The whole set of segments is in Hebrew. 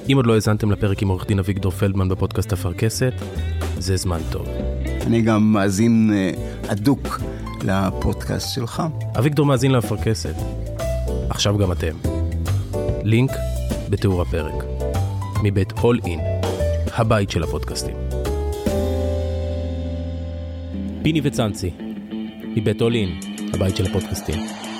אם עוד לא האזנתם לפרק עם עורך דין אביגדור פלדמן בפודקאסט אפרכסת, זה זמן טוב. אני גם מאזין אדוק לפודקאסט שלך. אביגדור מאזין לאפרכסת. עכשיו גם אתם. לינק בתיאור הפרק. מבית All In, הבית של הפודקאסטים. פיני וצאנצי, מבית All In, הבית של הפודקאסטים.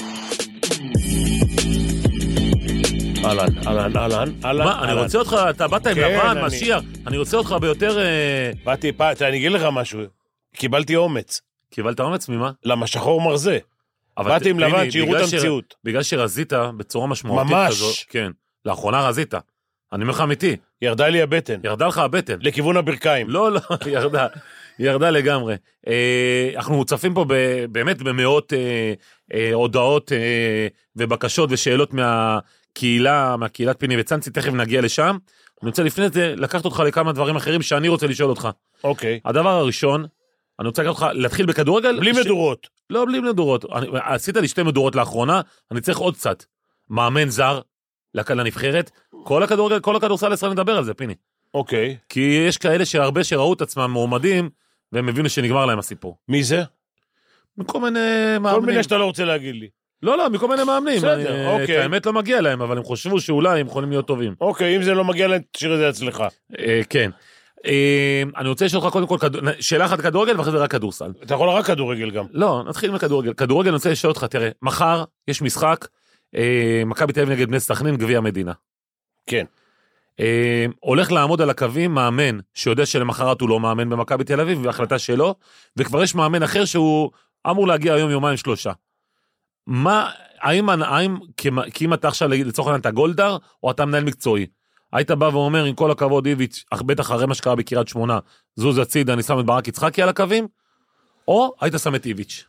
אהלן. מה, אני רוצה אותך, אתה באת עם לבן, משיח, אני רוצה אותך ביותר... באתי, אני אגיד לך משהו, קיבלתי אומץ. קיבלת אומץ ממה? למה שחור מרזה. באתי עם לבן, שיראו את המציאות. בגלל שרזית בצורה משמעותית כזו. ממש. כן, לאחרונה רזית. אני אומר לך אמיתי. ירדה לי הבטן. ירדה לך הבטן. לכיוון הברכיים. לא, ירדה לגמרי. אנחנו מוצפים פה באמת במאות הודעות ובקשות ושאלות מהקהילת פיני וצאנצי, תכף נגיע לשם. אני רוצה לפני זה לקחת אותך לכמה דברים אחרים שאני רוצה לשאול אותך. אוקיי. הדבר הראשון, אני רוצה לקחת אותך להתחיל בכדורגל. בלי מדורות. לא, בלי מדורות. עשית לי 2 מדורות לאחרונה, אני צריך עוד קצת. מאמן זר, לנבחרת, כל הכדורגל, כל הכדורסל ישראל נדבר על זה, פיני. אוקיי. כי יש כאלה שהרבה שראו את עצמם מועמדים, והם הבינו שנגמר להם הסיפור. מי זה? מכל מיני מאמנים. כל מיני שאתה לא רוצה להגיד לי. לא, מכל מיני מאמנים. בסדר, אוקיי. האמת לא מגיע להם, אבל הם חושבו שאולי הם יכולים להיות טובים. אוקיי, אם זה לא מגיע להם, תשאיר את זה אצלך. כן. אני רוצה לשאול לך קודם כל, שאלה אחת כדורגל, ואחרי זה רק כדורסל. אתה יכול רק כדורגל גם. לא, נתחיל מכדורגל. כדורגל אני רוצה לשאול אותך, תראה, מחר יש משחק, מכבי תל אביב נגד בני סכנין, גביע המדינה. כן. הולך לעמוד על הקווים מאמן שיודע שלמחרת הוא לא מאמן במכבי תל אביב, והחלטה שלו, וכבר יש מאמן אחר שהוא אמור להגיע היום 2-3. האם כי אתה עכשיו לצורך העניין אתה גולדר, או אתה מנהל מקצועי? היית בא ואומר, עם כל הכבוד איביץ', בטח אחרי מה שקרה בקריית שמונה, זוז הצידה, אני שם את ברק יצחקי על הקווים, או היית שם את איביץ'?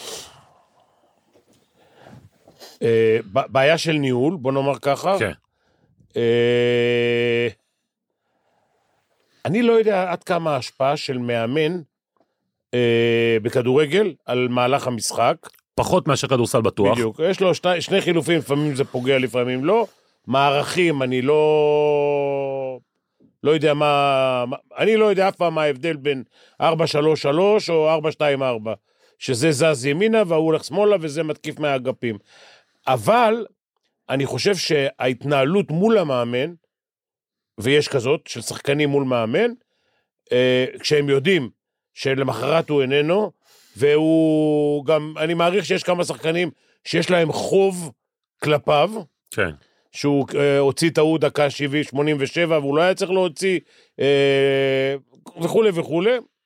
בעיה של ניהול, בוא נאמר ככה. כן. אני לא יודע עד כמה ההשפעה של מאמן בכדורגל על מהלך המשחק. פחות מאשר כדורסל בטוח. בדיוק, יש לו 2 חילופים, לפעמים זה פוגע, לפעמים לא. מערכים, אני לא יודע אני לא יודע אף פעם מה ההבדל בין 4-3-3 או 4-2-4, שזה זז ימינה והוא הולך שמאלה וזה מתקיף מהאגפים. אבל אני חושב שההתנהלות מול המאמן, ויש כזאת, של שחקנים מול מאמן, כשהם יודעים שלמחרת הוא איננו, והוא גם, אני מעריך שיש כמה שחקנים שיש להם חוב כלפיו, כן. שהוא הוציא טעות דקה 87, והוא לא היה צריך להוציא, וכו' וכו'.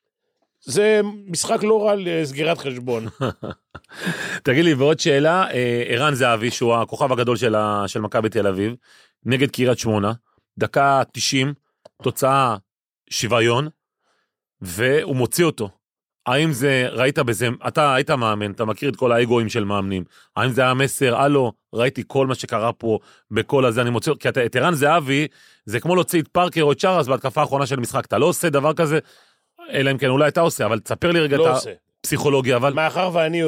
זה משחק לא רע לסגירת חשבון. תגיד לי, ועוד שאלה, ערן זהבי, שהוא הכוכב הגדול של מכבי תל אביב, נגד קריית שמונה, דקה 90, תוצאה שוויון, והוא מוציא אותו. האם זה, ראית בזה, אתה היית מאמן, אתה מכיר את כל האגואים של מאמנים, האם זה היה מסר, הלו, ראיתי כל מה שקרה פה, בכל הזה, אני מוציא, כי את ערן זהבי, זה כמו להוציא את פארקר או את שרס, בהתקפה האחרונה של משחק, אתה לא עושה דבר כזה, אלא אם כן, אולי אתה עושה, אבל תספר לי רגע את הפסיכולוגיה, אבל... מאחר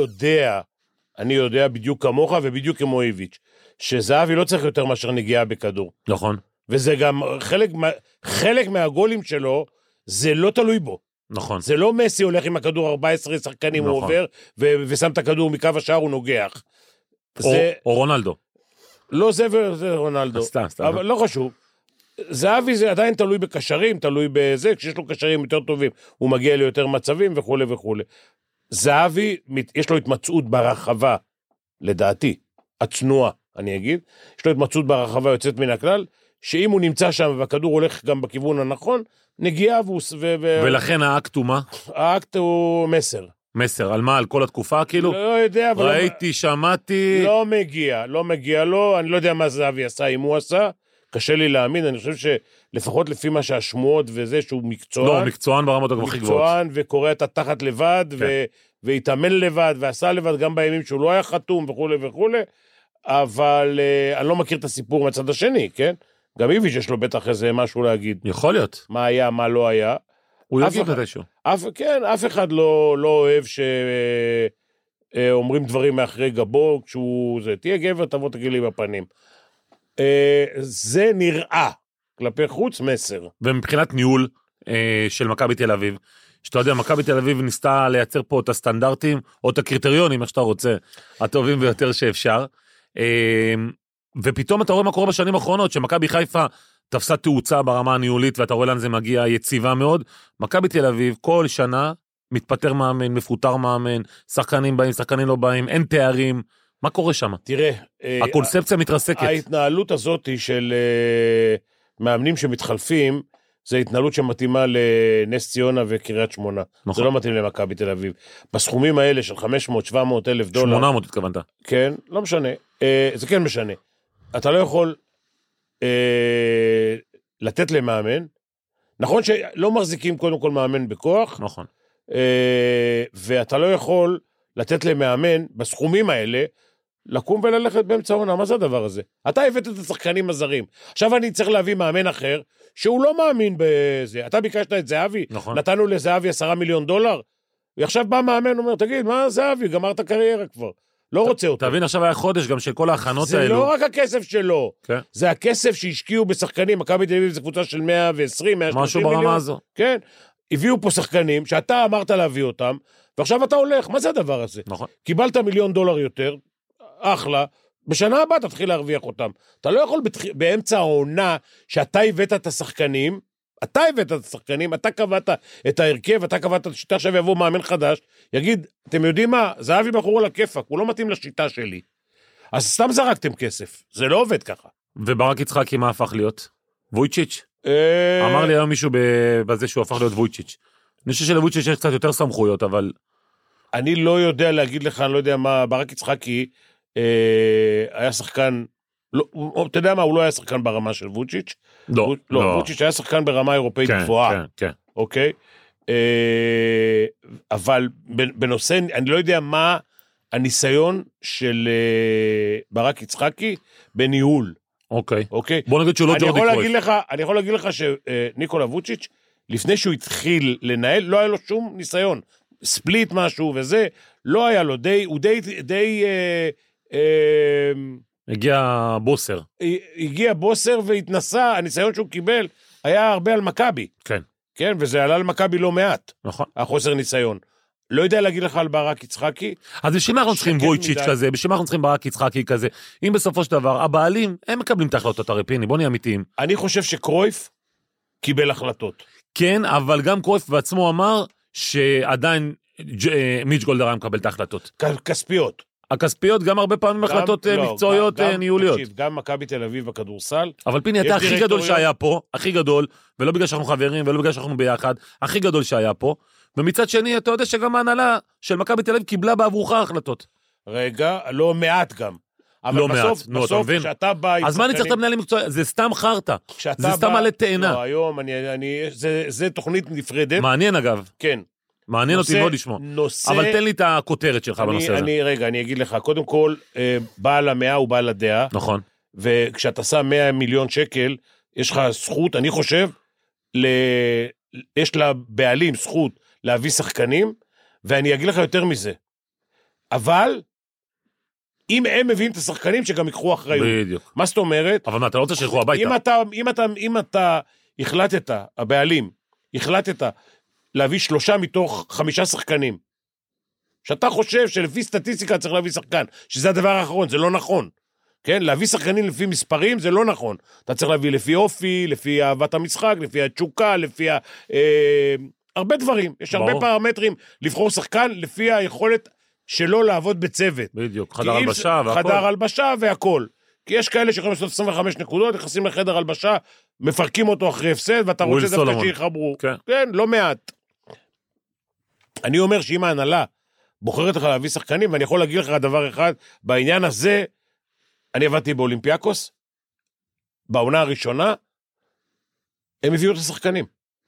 ואני יודע בדיוק כמוך ובדיוק כמו איביץ', שזהבי לא צריך יותר מאשר נגיעה בכדור. נכון. וזה גם חלק מהגולים שלו, זה לא תלוי בו. נכון. זה לא מסי הולך עם הכדור 14 שחקנים, הוא עובר, ושם את הכדור מקו השער, הוא נוגח. או רונלדו. לא זה רונלדו. סתם. אבל לא חשוב. זהבי זה עדיין תלוי בקשרים, תלוי בזה, כשיש לו קשרים יותר טובים, הוא מגיע ליותר מצבים וכו' וכו'. זהבי, יש לו התמצאות ברחבה, לדעתי, הצנועה, אני אגיד, יש לו התמצאות ברחבה יוצאת מן הכלל, שאם הוא נמצא שם והכדור הולך גם בכיוון הנכון, נגיע ולכן האקט הוא מה? האקט הוא מסר. על מה? על כל התקופה כאילו? לא יודע, אבל... ראיתי, שמעתי... לא מגיע לו, אני לא יודע מה זהבי עשה, אם הוא עשה, קשה לי להאמין, אני חושב שלפחות לפי מה שהשמועות וזה שהוא מקצוען... לא, מקצוען ברמות הכי גבוהות. מקצוען וקורא את התחת לבד, והתאמן לבד, ועשה לבד גם בימים שהוא לא היה חתום וכו' וכו', אבל אני לא מכיר את הסיפור מהצד השני, כן? גם איביץ' יש לו בטח איזה משהו להגיד. יכול להיות. מה היה, מה לא היה. הוא יגיד מתישהו. כן, אף אחד לא אוהב שאומרים דברים מאחרי גבו, כשהוא זה, תהיה גבר, תבוא תגיד לי בפנים. זה נראה, כלפי חוץ מסר. ומבחינת ניהול של מכבי תל אביב, שאתה יודע, מכבי תל אביב ניסתה לייצר פה את הסטנדרטים, או את הקריטריונים, איך שאתה רוצה, הטובים ביותר שאפשר, ופתאום אתה רואה מה קורה בשנים האחרונות, שמכבי חיפה תפסה תאוצה ברמה הניהולית, ואתה רואה לאן זה מגיע יציבה מאוד, מכבי תל אביב כל שנה מתפטר מאמן, מפוטר מאמן, שחקנים באים, שחקנים לא באים, אין תארים, מה קורה שם? תראה, הקונספציה מתרסקת. ההתנהלות הזאת של מאמנים שמתחלפים, זה התנהלות שמתאימה לנס ציונה וקריית שמונה. נכון. זה לא מתאים למכבי תל אביב. בסכומים האלה של 500-700 אלף דולר. 800 התכוונת. כן, לא משנה. זה כן משנה. אתה לא יכול לתת למאמן. נכון שלא מחזיקים קודם כל מאמן בכוח. נכון. ואתה לא יכול לתת למאמן בסכומים האלה, לקום וללכת באמצע העונה. מה זה הדבר הזה? אתה הבאת את השחקנים הזרים. עכשיו אני צריך להביא מאמן אחר, שהוא לא מאמין בזה. אתה ביקשת את זהבי, נכון. נתנו לזהבי 10 מיליון דולר, ועכשיו בא מאמן, אומר, תגיד, מה זהבי? גמרת קריירה כבר. לא רוצה אותו. תבין, עכשיו היה חודש גם של כל ההכנות האלו. זה לא רק הכסף שלו, כן. זה הכסף שהשקיעו בשחקנים. מכבי תל אביב זה קבוצה של 120, 130 משהו מיליון. ברמה הזו. כן. הביאו פה שחקנים שאתה אמרת להביא אותם, ועכשיו אתה הולך. מה זה הדבר הזה? נכון. קיבלת $1 מיליון יותר, אחלה, בשנה הבאה תתחיל להרוויח אותם. אתה לא יכול באמצע העונה שאתה הבאת את השחקנים, אתה קבעת את ההרכב, אתה קבעת את השיטה, עכשיו יבוא מאמן חדש, יגיד, אתם יודעים מה, זהבי בחור על הכיפק, הוא לא מתאים לשיטה שלי. אז סתם זרקתם כסף, זה לא עובד ככה. וברק יצחקי מה הפך להיות? וויצ'יץ'? אמר לי היום מישהו בזה שהוא הפך להיות וויצ'יץ'. אני חושב שלוויצ'יץ' יש קצת יותר סמכויות, אבל... אני לא יודע להגיד לך, אני לא יודע מה, ברק יצחקי היה שחקן, לא, אתה יודע מה, הוא לא היה שחקן ברמה של וויצ'יץ'. לא. וויצ'יץ' היה שחקן ברמה אירופאית גבוהה. כן. אוקיי? אבל בנושא, אני לא יודע מה הניסיון של ברק יצחקי בניהול. אוקיי. אוקיי? בוא נגיד שהוא לא ג'ורדי קרויף. אני יכול להגיד לך שניקולה וויצ'יץ', לפני שהוא התחיל לנהל, לא היה לו שום ניסיון. ספליט משהו וזה, לא היה לו, הוא די הגיע בוסר. הגיע בוסר והתנסה, הניסיון שהוא קיבל היה הרבה על מכבי. כן. כן, וזה עלה על מכבי לא מעט. נכון. החוסר ניסיון. לא יודע להגיד לך על ברק יצחקי. אז בשביל מה אנחנו צריכים וויצ'יץ' כזה, בשביל מה אנחנו צריכים ברק יצחקי כזה, אם בסופו של דבר, הבעלים, הם מקבלים את ההחלטות הרפיני, בוא נהיה אמיתיים. אני חושב שקרויף קיבל החלטות. כן, אבל גם קרויף בעצמו אמר, שעדיין מיץ' גולדהר היה מקבל את ההחלטות. כספיות. הכספיות גם הרבה פעמים החלטות מקצועיות ניהוליות. תקשיב, גם מכבי תל אביב בכדורסל. אבל פיני, אתה הכי גדול שהיה פה, הכי גדול, ולא בגלל שאנחנו חברים, ולא בגלל שאנחנו ביחד, הכי גדול שהיה פה, ומצד שני, אתה יודע שגם ההנהלה של מכבי תל אביב קיבלה בעבורך החלטות. רגע, לא מעט גם. לא מעט, נו, אתה מבין? כשאתה בא... אז מה אני צריך את המנהלים מקצועיים? זה סתם חרטה. זה סתם עלי תאנה. לא, היום, זה תוכנית נפרדת. מעניין אגב. כן. מעניין אותי מאוד לשמוע. אבל תן לי את הכותרת שלך בנושא הזה. רגע, אני אגיד לך, קודם כל, בעל המאה הוא בעל הדעה. נכון. וכשאתה שם 100 מיליון שקל, יש לך זכות, אני חושב, יש לבעלים זכות להביא שחקנים, ואני אגיד לך יותר מזה. אבל, אם הם מביאים את השחקנים, שגם יקחו אחריות. בדיוק. מה זאת אומרת? אבל מה, אתה לא רוצה שילכו הביתה? אם אתה החלטת, הבעלים, החלטת להביא 3 מתוך 5 שחקנים, שאתה חושב שלפי סטטיסטיקה צריך להביא שחקן, שזה הדבר האחרון, זה לא נכון. כן? להביא שחקנים לפי מספרים, זה לא נכון. אתה צריך להביא לפי אופי, לפי אהבת המשחק, לפי התשוקה, לפי הרבה דברים. יש הרבה פרמטרים לבחור שחקן לפי היכולת שלו לעבוד בצוות. בדיוק, חדר הלבשה והכל. חדר הלבשה והכל. כי יש כאלה שיכולים לעשות 25 נקודות, נכנסים לחדר הלבשה, מפרקים אותו אחרי הפסד, ואתה רוצה דווקא שיחברו. כן, לא מעט. אני אומר שאם ההנהלה בוחרת לך להביא שחקנים, ואני יכול להגיד לך דבר אחד, בעניין הזה, אני עבדתי באולימפיאקוס, בעונה הראשונה, הם הביאו את השחקנים.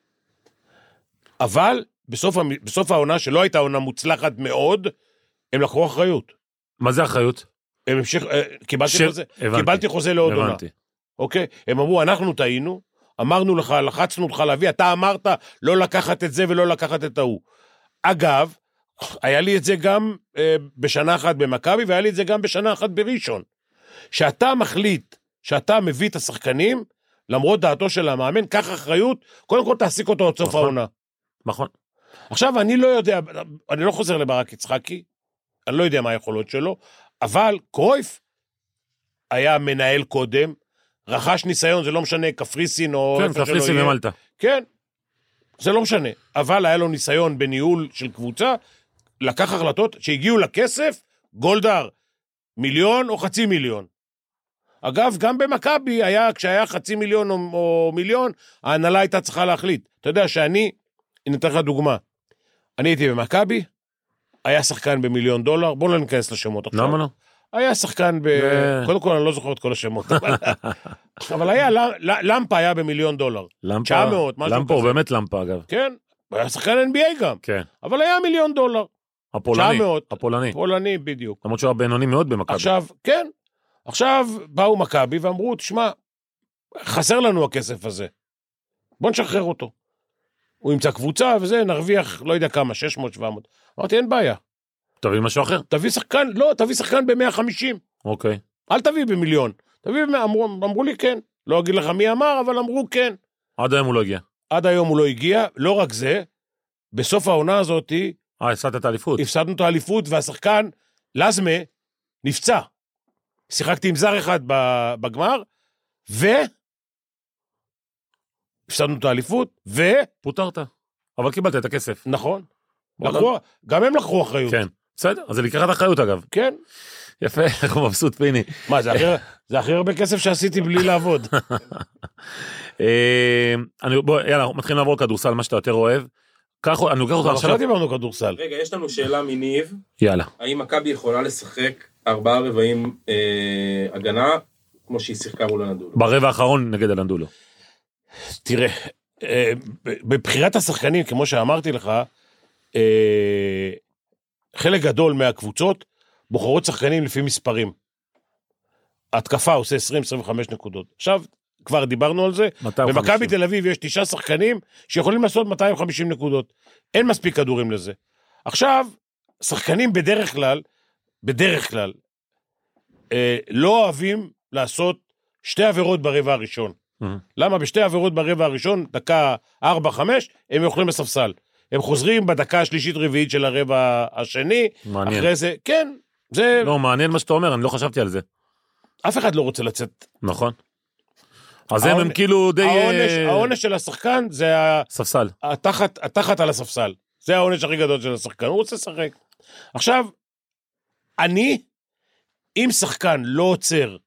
אבל בסוף העונה, שלא הייתה עונה מוצלחת מאוד, הם לקחו אחריות. מה זה אחריות? הם המשיך, קיבלתי חוזה לעוד עונה. אוקיי? הם אמרו, אנחנו טעינו, אמרנו לך, לחצנו אותך להביא, אתה אמרת לא לקחת את זה ולא לקחת את ההוא. אגב, היה לי את זה גם בשנה אחת במכבי, והיה לי את זה גם בשנה אחת בראשון. שאתה מחליט, שאתה מביא את השחקנים, למרות דעתו של המאמן, קח אחריות, קודם כל תעסיק אותו עד סוף העונה. נכון. עכשיו, אני לא יודע, אני לא חוזר לברק יצחקי, אני לא יודע מה היכולות שלו, אבל קרויף היה מנהל קודם, רכש ניסיון, זה לא משנה, קפריסין או... כן, קפריסין ומלטה. כן, זה לא משנה, אבל היה לו ניסיון בניהול של קבוצה, לקח החלטות שהגיעו לכסף, גולדהר, 1,000,000 או 500,000. אגב, גם במכבי היה, כשהיה 500,000 או 1,000,000, ההנהלה הייתה צריכה להחליט. אתה יודע שאני, אני אתן לך דוגמה, אני הייתי במכבי, היה שחקן ב$1,000,000, בואו לא ניכנס לשמות עכשיו. למה לא? היה שחקן קודם כל אני לא זוכר את כל השמות, אבל היה, למפה היה ב$1,000,000. 900, משהו כזה. למפה הוא באמת למפה, אגב. כן, היה שחקן NBA גם. כן. אבל היה $1,000,000. הפולני. 900. הפולני. פולני, בדיוק. למרות שהוא היה בינוני מאוד במכבי. עכשיו, כן. עכשיו באו מכבי ואמרו, תשמע, חסר לנו הכסף הזה. בוא נשחרר אותו. הוא ימצא קבוצה וזה, נרוויח, לא יודע כמה, 600, 700. אמרתי, אין בעיה. תביא משהו אחר. תביא שחקן, לא, תביא שחקן ב-150. אוקיי. אל תביא ב1,000,000. תביא אמרו לי כן. לא אגיד לך מי אמר, אבל אמרו כן. עד היום הוא לא הגיע. עד היום הוא לא הגיע, לא רק זה, בסוף העונה הזאת, הפסדת את האליפות. הפסדנו את האליפות, והשחקן, לזמה, נפצע. שיחקתי עם זר אחד בגמר, הפסדנו את האליפות, פוטרת. אבל קיבלת את הכסף. נכון. גם הם לקחו אחריות. כן. בסדר, אז זה לקחת אחריות אגב. כן. יפה, אנחנו מבסוט פיני. מה, זה הכי הרבה כסף שעשיתי בלי לעבוד. יאללה, מתחילים לעבור כדורסל, מה שאתה יותר אוהב. אני לוקח אותך עכשיו דיברנו כדורסל. רגע, יש לנו שאלה מניב. יאללה. האם מכבי יכולה לשחק 4 רבעים הגנה, כמו שהיא שיחקה מול הנדולו? ברבע האחרון נגד הנדולו. תראה, בבחירת השחקנים, כמו שאמרתי לך, חלק גדול מהקבוצות בוחרות שחקנים לפי מספרים. התקפה עושה 20-25 נקודות. עכשיו, כבר דיברנו על זה, במכבי תל אביב יש 9 שחקנים שיכולים לעשות 250 נקודות. אין מספיק כדורים לזה. עכשיו, שחקנים בדרך כלל, לא אוהבים לעשות 2 עבירות ברבע הראשון. למה? בשתי עבירות ברבע הראשון, דקה 4-5, הם יכולים לספסל. הם חוזרים בדקה השלישית רביעית של הרבע השני, מעניין. אחרי זה, כן, זה... לא, מעניין מה שאתה אומר, אני לא חשבתי על זה. אף אחד לא רוצה לצאת. נכון. אז הם כאילו די... העונש של השחקן זה ספסל. התחת על הספסל. זה העונש הכי גדול של השחקן, הוא רוצה לשחק. עכשיו, אם שחקן לא עוצר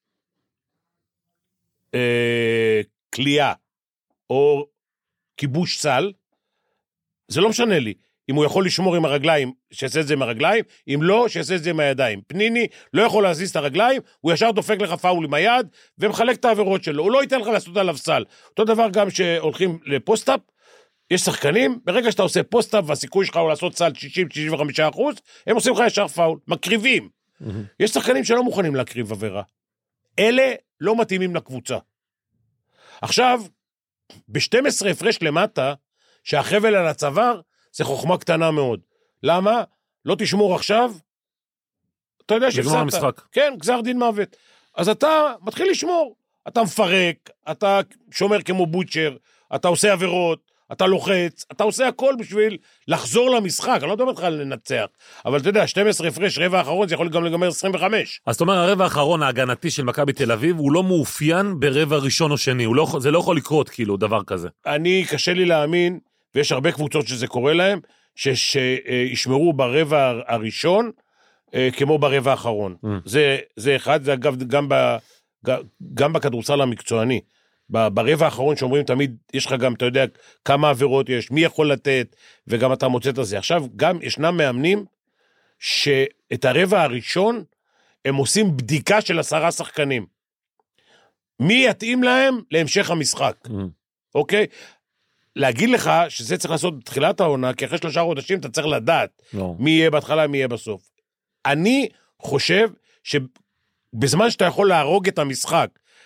קליעה או כיבוש סל, זה לא משנה לי. אם הוא יכול לשמור עם הרגליים, שיעשה את זה עם הרגליים, אם לא, שיעשה את זה עם הידיים. פניני לא יכול להזיז את הרגליים, הוא ישר דופק לך פאול עם היד, ומחלק את העבירות שלו. הוא לא ייתן לך לעשות עליו סל. אותו דבר גם שהולכים לפוסט-אפ, יש שחקנים, ברגע שאתה עושה פוסט-אפ, והסיכוי שלך הוא לעשות סל 60-65%, הם עושים לך ישר פאול, מקריבים. יש שחקנים שלא מוכנים להקריב עבירה. אלה לא מתאימים לקבוצה. עכשיו, ב-12 הפרש למטה, שהחבל על הצוואר, זה חוכמה קטנה מאוד. למה? לא תשמור עכשיו, אתה יודע שהפסדת. כן, גזר דין מוות. אז אתה מתחיל לשמור. אתה מפרק, אתה שומר כמו בוטשר, אתה עושה עבירות, אתה לוחץ, אתה עושה הכל בשביל לחזור למשחק. אני לא מדבר לך לנצח. אבל אתה יודע, 12 הפרש, רבע האחרון, זה יכול גם לגמר 25. אז אתה אומר, הרבע האחרון ההגנתי של מכבי תל אביב, הוא לא מאופיין ברבע ראשון או שני. זה לא יכול לקרות, כאילו, דבר כזה. קשה לי להאמין, ויש הרבה קבוצות שזה קורה להם, שישמרו ברבע הראשון, כמו ברבע האחרון. זה אחד, זה אגב גם בכדורסל המקצועני. ברבע האחרון שאומרים תמיד, יש לך גם, אתה יודע, כמה עבירות יש, מי יכול לתת, וגם אתה מוצא את זה. עכשיו, גם ישנם מאמנים, שאת הרבע הראשון, הם עושים בדיקה של 10 שחקנים. מי יתאים להם להמשך המשחק? אוקיי? להגיד לך שזה צריך לעשות בתחילת העונה, כי אחרי 3 חודשים אתה צריך לדעת מי יהיה בהתחלה, מי יהיה בסוף. אני חושב שבזמן שאתה יכול להרוג את המשחק,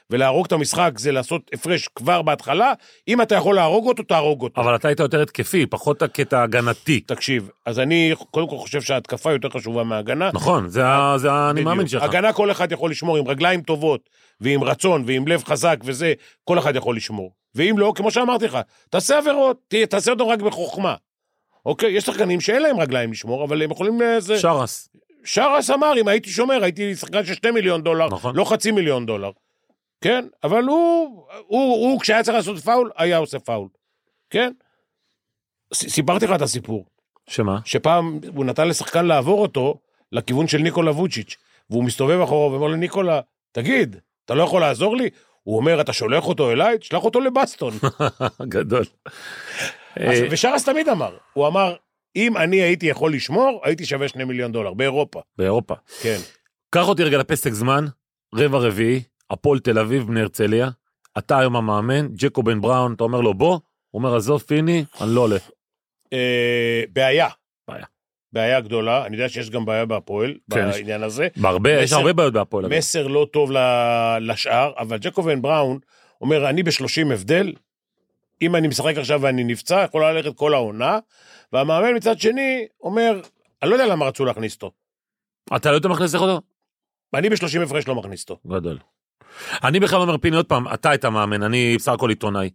ולהרוג את המשחק זה לעשות הפרש כבר בהתחלה, אם אתה יכול להרוג אותו, תהרוג אותו. אבל אתה היית יותר התקפי, פחות הקטע הגנתי. תקשיב, אז אני קודם כל חושב שההתקפה יותר חשובה מההגנה. נכון, אני מאמין שלך. הגנה כל אחד יכול לשמור עם רגליים טובות, ועם רצון, ועם לב חזק וזה, כל אחד יכול לשמור. ואם לא, כמו שאמרתי לך, תעשה עבירות, תעשה אותו רק בחוכמה. אוקיי, יש שחקנים שאין להם רגליים לשמור, אבל הם יכולים לזה... שרס אמר, אם הייתי שומר, הייתי שחקן של $2 מיליון, נכון. לא $500,000. כן? אבל הוא כשהיה צריך לעשות פאול, היה עושה פאול. כן? סיפרתי לך את הסיפור. שמה? שפעם הוא נתן לשחקן לעבור אותו, לכיוון של ניקולה ווצ'יץ', והוא מסתובב אחורה ואומר לניקולה, תגיד, אתה לא יכול לעזור לי? הוא אומר, אתה שולח אותו אליי? תשלח אותו לבסטון. גדול. ושרס תמיד אמר, הוא אמר, אם אני הייתי יכול לשמור, הייתי שווה $2 מיליון, באירופה. באירופה. כן. קח אותי רגע לפסק זמן, רבע רביעי, הפועל תל אביב, בני הרצליה, אתה היום המאמן, ג'קובן בראון, אתה אומר לו בוא, הוא אומר, עזוב פיני, אני לא עולה. בעיה. בעיה גדולה, אני יודע שיש גם בעיה בהפועל, בעניין הזה. יש הרבה בעיות בהפועל. מסר לא טוב לשאר, אבל ג'קובן בראון אומר, אני ב-30 הבדל, אם אני משחק עכשיו ואני נפצע, יכולה ללכת כל העונה, והמאמן מצד שני אומר, אני לא יודע למה רצו להכניס אותו. אתה לא יודע מכניס אותו? אני ב-30 הפרש לא מכניס אותו. גדול. אני בכלל אומר פיני עוד פעם, אתה היית מאמן, אני בסך הכל עיתונאי.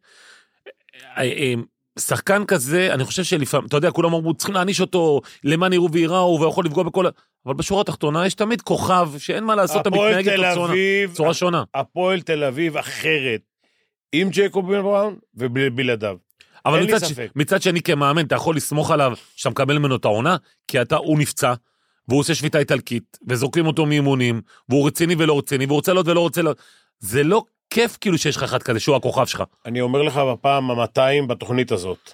שחקן כזה, אני חושב שלפעמים, אתה יודע, כולם אמרו, צריכים להעניש אותו, למען יראו ויראו, והוא יכול לפגוע בכל... אבל בשורה התחתונה יש תמיד כוכב, שאין מה לעשות, אתה מתנהגת בצורה שונה. הפועל תל אביב אחרת, עם ג'קובן בראון ובלעדיו. אבל מצד שני כמאמן, אתה יכול לסמוך עליו שאתה מקבל ממנו את העונה, כי הוא נפצע, והוא עושה שביתה איטלקית, וזורקים אותו מאימונים, והוא רציני ולא רציני, והוא רוצה להיות ולא רוצה להיות. זה לא כיף כאילו שיש לך אחד כזה, שהוא הכוכב שלך. אני אומר לך בפעם ה-200 בתוכנית הזאת,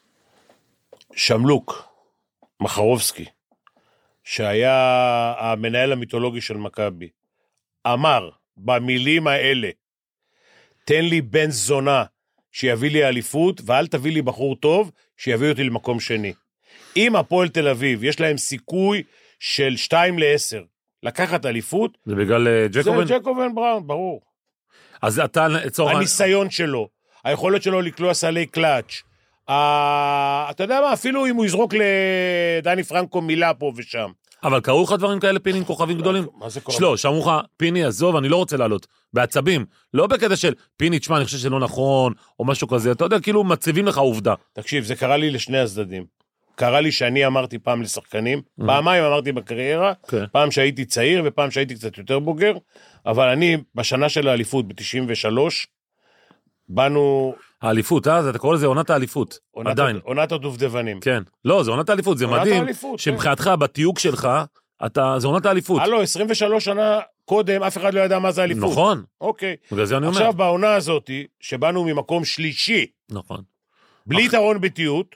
שמלוק, מחרובסקי, שהיה המנהל המיתולוגי של מכבי, אמר במילים האלה, תן לי בן זונה שיביא לי אליפות, ואל תביא לי בחור טוב שיביא אותי למקום שני. אם הפועל תל אביב יש להם סיכוי של 2-10 לקחת אליפות, זה בגלל ג'קובן? זה ג'קובן בראון, ברור. אז אתה... הניסיון שלו, היכולת שלו לקלוע סלי קלאץ', אתה יודע מה, אפילו אם הוא יזרוק לדני פרנקו מילה פה ושם. אבל קראו לך דברים כאלה פינים, כוכבים גדולים? מה זה קורה? שלא, שאמרו לך, פיני, עזוב, אני לא רוצה לעלות. בעצבים, לא בקטע של, פיני, תשמע, אני חושב שלא נכון, או משהו כזה, אתה יודע, כאילו מציבים לך עובדה. תקשיב, זה קרה לי לשני הצדדים. קרה לי שאני אמרתי פעם לשחקנים, פעמיים אמרתי בקריירה, פעם שהייתי צעיר ופעם שהייתי קצת יותר בוגר, אבל אני בשנה של האליפות, ב-93, באנו... האליפות, אתה קורא לזה עונת האליפות, עדיין. עונת הדובדבנים. כן. לא, זה עונת האליפות, זה מדהים, שמבחינתך, בתיוג שלך, זה עונת האליפות. הלו, 23 שנה קודם, אף אחד לא ידע מה זה אליפות. נכון. אוקיי. בגלל זה אני אומר. עכשיו, בעונה הזאת, שבאנו ממקום שלישי, נכון. בלי יתרון ביתיות,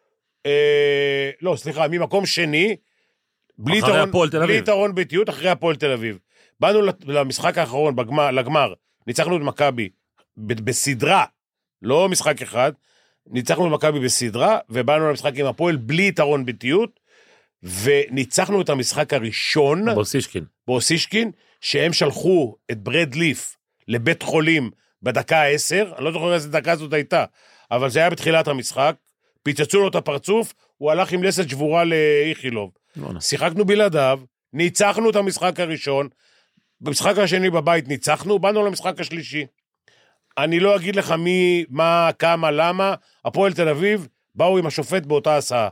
לא, סליחה, ממקום שני, בלי יתרון ביתיות, אחרי הפועל תל אביב. באנו למשחק האחרון, לגמר, ניצחנו את מכבי בסדרה, לא משחק אחד, ניצחנו את מכבי בסדרה, ובאנו למשחק עם הפועל בלי יתרון ביתיות, וניצחנו את המשחק הראשון, באוסישקין, שהם שלחו את ברד ליף לבית חולים בדקה 10, אני לא זוכר איזה דקה זאת הייתה, אבל זה היה בתחילת המשחק, פיצצו לו את הפרצוף, הוא הלך עם לסת שבורה לאיכילוב. שיחקנו בלעדיו, ניצחנו את המשחק הראשון, במשחק השני בבית ניצחנו, באנו למשחק השלישי. אני לא אגיד לך מי, מה, כמה, למה, הפועל תל אביב באו עם השופט באותה הסעה.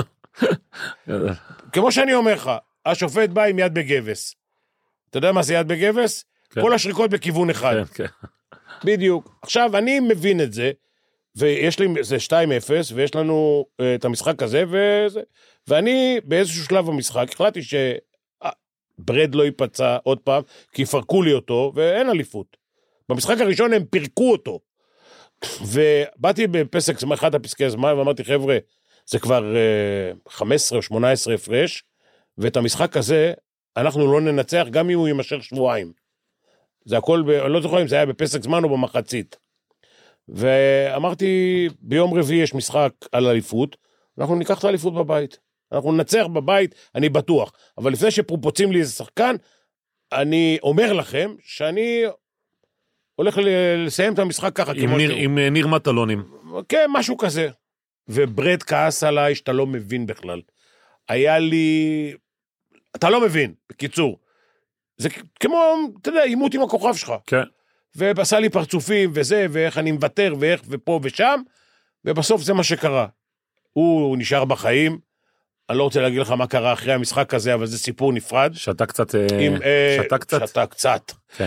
כמו שאני אומר לך, השופט בא עם יד בגבס. אתה יודע מה זה יד בגבס? כל השריקות בכיוון אחד. בדיוק. עכשיו, אני מבין את זה, ויש לי, זה 2-0, ויש לנו את המשחק הזה, ואני באיזשהו שלב במשחק, החלטתי שברד לא ייפצע עוד פעם, כי יפרקו לי אותו, ואין אליפות. במשחק הראשון הם פירקו אותו, ובאתי בפסק, אחד הפסקי זמן, ואמרתי, חבר'ה, זה כבר 15 או 18 הפרש, ואת המשחק הזה, אנחנו לא ננצח, גם אם הוא יימשך שבועיים. זה הכל, אני לא זוכר אם זה היה בפסק זמן או במחצית. ואמרתי, ביום רביעי יש משחק על אליפות, אנחנו ניקח את האליפות בבית. אנחנו ננצח בבית, אני בטוח. אבל לפני שפרופוצים לי איזה שחקן, אני אומר לכם שאני הולך לסיים את המשחק ככה. עם ניר מטלונים. כן, משהו כזה. וברד כעס עליי שאתה לא מבין בכלל. היה לי... אתה לא מבין, בקיצור. זה כמו, אתה יודע, עימות עם הכוכב שלך. כן. ועשה לי פרצופים וזה, ואיך אני מוותר, ואיך ופה ושם, ובסוף זה מה שקרה. הוא נשאר בחיים, אני לא רוצה להגיד לך מה קרה אחרי המשחק הזה, אבל זה סיפור נפרד. שתה קצת. שתה קצת. כן.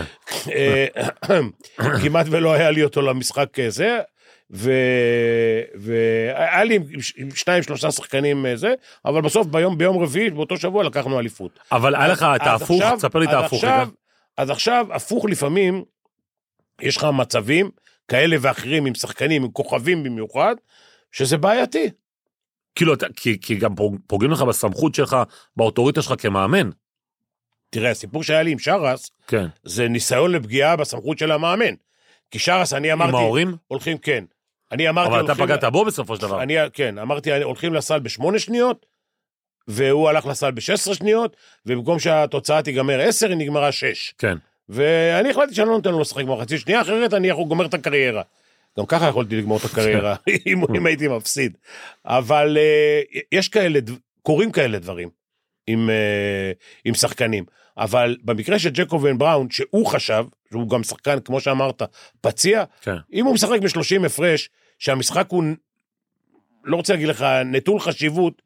כמעט ולא היה לי אותו למשחק הזה, והיה לי עם 2-3 שחקנים זה, אבל בסוף ביום רביעי, באותו שבוע לקחנו אליפות. אבל היה לך את ההפוך, תספר לי את ההפוך. אז עכשיו, הפוך לפעמים, יש לך מצבים כאלה ואחרים עם שחקנים, עם כוכבים במיוחד, שזה בעייתי. כאילו, כי גם פוגעים לך בסמכות שלך, באוטוריטה שלך כמאמן. תראה, הסיפור שהיה לי עם שרס, כן. זה ניסיון לפגיעה בסמכות של המאמן. כי שרס, אני אמרתי... עם ההורים? הולכים, כן. אני אמרתי... אבל אתה פגעת בו בסופו של דבר. כן, אמרתי, הולכים לסל ב8 שניות, והוא הלך לסל ב16 שניות, ובמקום שהתוצאה תיגמר 10, היא נגמרה 6. כן. ואני החלטתי שאני לא נותן לו לשחק מחצית שנייה, אחרת אני גומר את הקריירה. גם ככה יכולתי לגמור את הקריירה, אם הייתי מפסיד. אבל יש כאלה, קוראים כאלה דברים עם שחקנים. אבל במקרה של ג'קובן בראון, שהוא חשב, שהוא גם שחקן, כמו שאמרת, פציע, אם הוא משחק ב30 הפרש, שהמשחק הוא, לא רוצה להגיד לך, נטול חשיבות,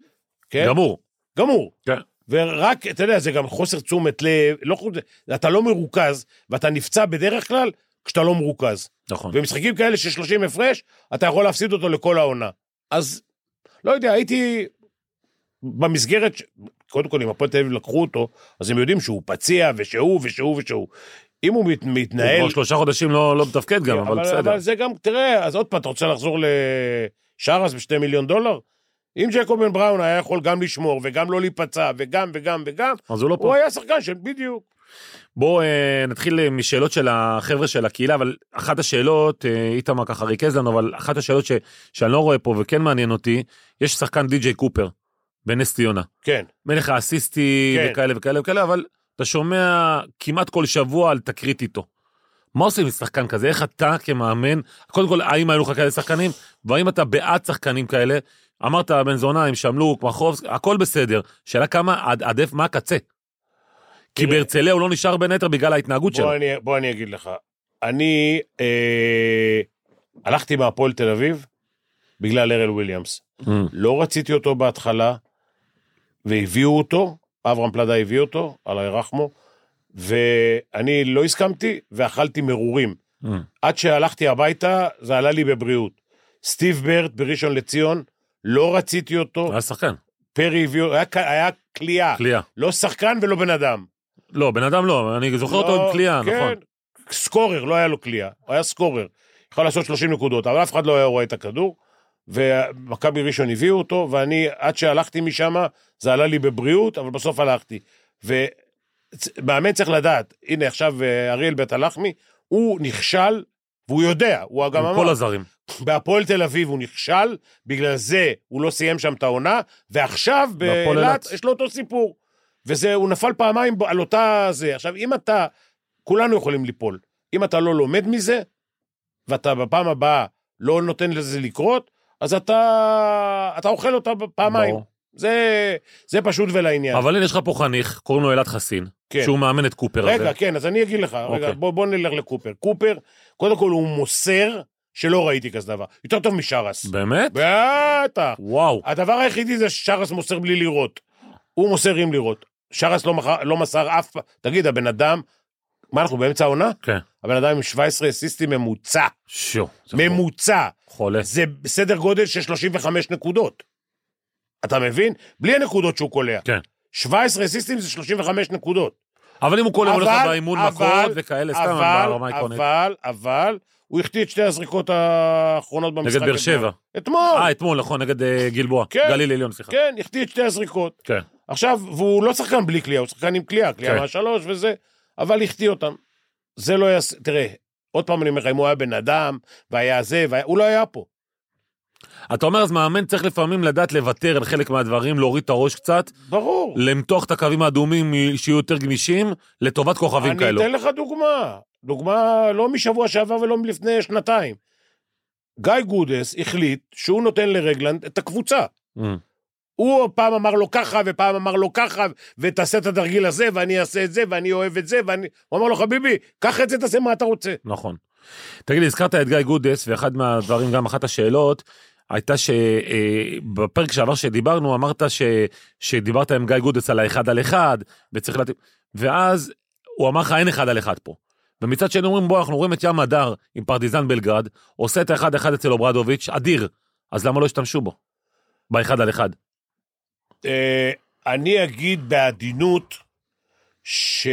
גמור. ורק, אתה יודע, זה גם חוסר תשומת לב, אתה לא מרוכז, ואתה נפצע בדרך כלל, כשאתה לא מרוכז. נכון. ומשחקים כאלה של 30 הפרש, אתה יכול להפסיד אותו לכל העונה. אז, לא יודע, הייתי במסגרת, קודם כל, אם הפועל תל אביב לקחו אותו, אז הם יודעים שהוא פציע, ושהוא. אם הוא מתנהל... כבר 3 חודשים לא מתפקד גם, אבל בסדר. אבל זה גם, תראה, אז עוד פעם, אתה רוצה לחזור לשרס ב$2 מיליון? אם ג'קובן בראון היה יכול גם לשמור, וגם לא להיפצע, וגם, אז הוא לא פה. הוא היה שחקן של בדיוק. בואו נתחיל משאלות של החבר'ה של הקהילה, אבל אחת השאלות, איתמר ככה ריכז לנו, אבל אחת השאלות שאני לא רואה פה וכן מעניין אותי, יש שחקן די.ג'יי קופר, בנס ציונה. כן. מלך האסיסטי וכאלה, אבל אתה שומע כמעט כל שבוע על תקרית איתו. מה עושים עם שחקן כזה? איך אתה כמאמן, קודם כל, האם היו לך כאלה שחקנים, והאם אתה בעד שחקנים כאלה, אמרת בן זונה, עם שמלוק, מחרוב, הכל בסדר, שאלה כמה עדף מה הקצה. כי בהרצליה הוא לא נשאר בין היתר בגלל ההתנהגות שלו. בוא אני אגיד לך. אני הלכתי מהפועל תל אביב בגלל ארל וויליאמס. לא רציתי אותו בהתחלה, והביאו אותו, אברהם פלדה הביא אותו, על הרחמו, ואני לא הסכמתי, ואכלתי מרורים. עד שהלכתי הביתה, זה עלה לי בבריאות. סטיב ברט בראשון לציון, לא רציתי אותו. היה שחקן. פרי הביאו, היה קליעה. לא שחקן ולא בן אדם. לא, בן אדם לא, אני זוכר אותו עם קליעה, נכון. סקורר, לא היה לו קליעה, הוא היה סקורר. יכול לעשות 30 נקודות, אבל אף אחד לא היה רואה את הכדור, ומכבי ראשון הביאו אותו, ואני, עד שהלכתי משם, זה עלה לי בבריאות, אבל בסוף הלכתי. ומאמן צריך לדעת, הנה עכשיו אריאל בית הלחמי, הוא נכשל, והוא יודע, הוא גם אמר. כל הזרים. בהפועל תל אביב הוא נכשל, בגלל זה הוא לא סיים שם את העונה, ועכשיו באילת יש לו אותו סיפור. וזה, הוא נפל פעמיים על אותה זה. עכשיו, אם אתה, כולנו יכולים ליפול, אם אתה לא לומד מזה, ואתה בפעם הבאה לא נותן לזה לקרות, אז אתה אוכל אותה פעמיים. זה פשוט ולעניין. אבל הנה יש לך פה חניך, קוראים לו אלעד חסין, שהוא מאמן את קופר הזה. רגע, כן, אז אני אגיד לך, רגע, בוא נלך לקופר. קופר, קודם כל הוא מוסר, שלא ראיתי כזה דבר. יותר טוב משרס. באמת? בטח. וואו. הדבר היחידי זה ששרס מוסר בלי לראות. הוא מוסר עם לראות. שרס לא מסר אף... תגיד, הבן אדם... מה, אנחנו באמצע העונה? כן. הבן אדם עם 17 אסיסטים ממוצע. ממוצע. חולה. זה בסדר גודל של 35 נקודות. אתה מבין? בלי הנקודות שהוא קולע. כן. 17 אסיסטים זה 35 נקודות. אבל אם הוא קולע הולך באימון מכות וכאלה, סתם ברמה עקרונית. אבל... הוא החטיא את 2 הזריקות האחרונות במשחק. נגד באר שבע. אתמול, נכון, נגד גלבוע. גליל עליון, סליחה. כן, החטיא את 2 הזריקות. כן. עכשיו, והוא לא שחקן בלי קליעה, הוא שחקן עם קליעה, קליעה מהשלוש וזה, אבל החטיא אותם. זה לא היה, תראה, עוד פעם אני אומר, אם הוא היה בן אדם, והיה זה, הוא לא היה פה. אתה אומר, אז מאמן צריך לפעמים לדעת לוותר על חלק מהדברים, להוריד את הראש קצת. ברור. למתוח את הקווים האדומים שיהיו יותר גמישים, לטובת כוכבים כאלו. אני אתן לך דוגמה. דוגמה לא משבוע שעבר ולא מלפני שנתיים. גיא גודס החליט שהוא נותן לרגלנד את הקבוצה. הוא פעם אמר לו ככה, ופעם אמר לו ככה, ותעשה את התרגיל הזה, ואני אעשה את זה, ואני אוהב את זה, הוא אמר לו, חביבי, קח את זה, תעשה מה אתה רוצה. נכון. תגיד לי, הזכרת את גיא גודס, ואחד מהדברים, גם אחת השאלות, הייתה שבפרק שעבר שדיברנו, אמרת שדיברת עם גיא גודס על האחד על אחד, ואז הוא אמר לך, אין אחד על אחד פה. ומצד שני אומרים, בוא, אנחנו רואים את ים הדר עם פרטיזן בלגרד, עושה את האחד אחד אצל אוברדוביץ', אדיר, אז למה לא השתמשו בו? באחד על אחד. אני אגיד בעדינות שגיא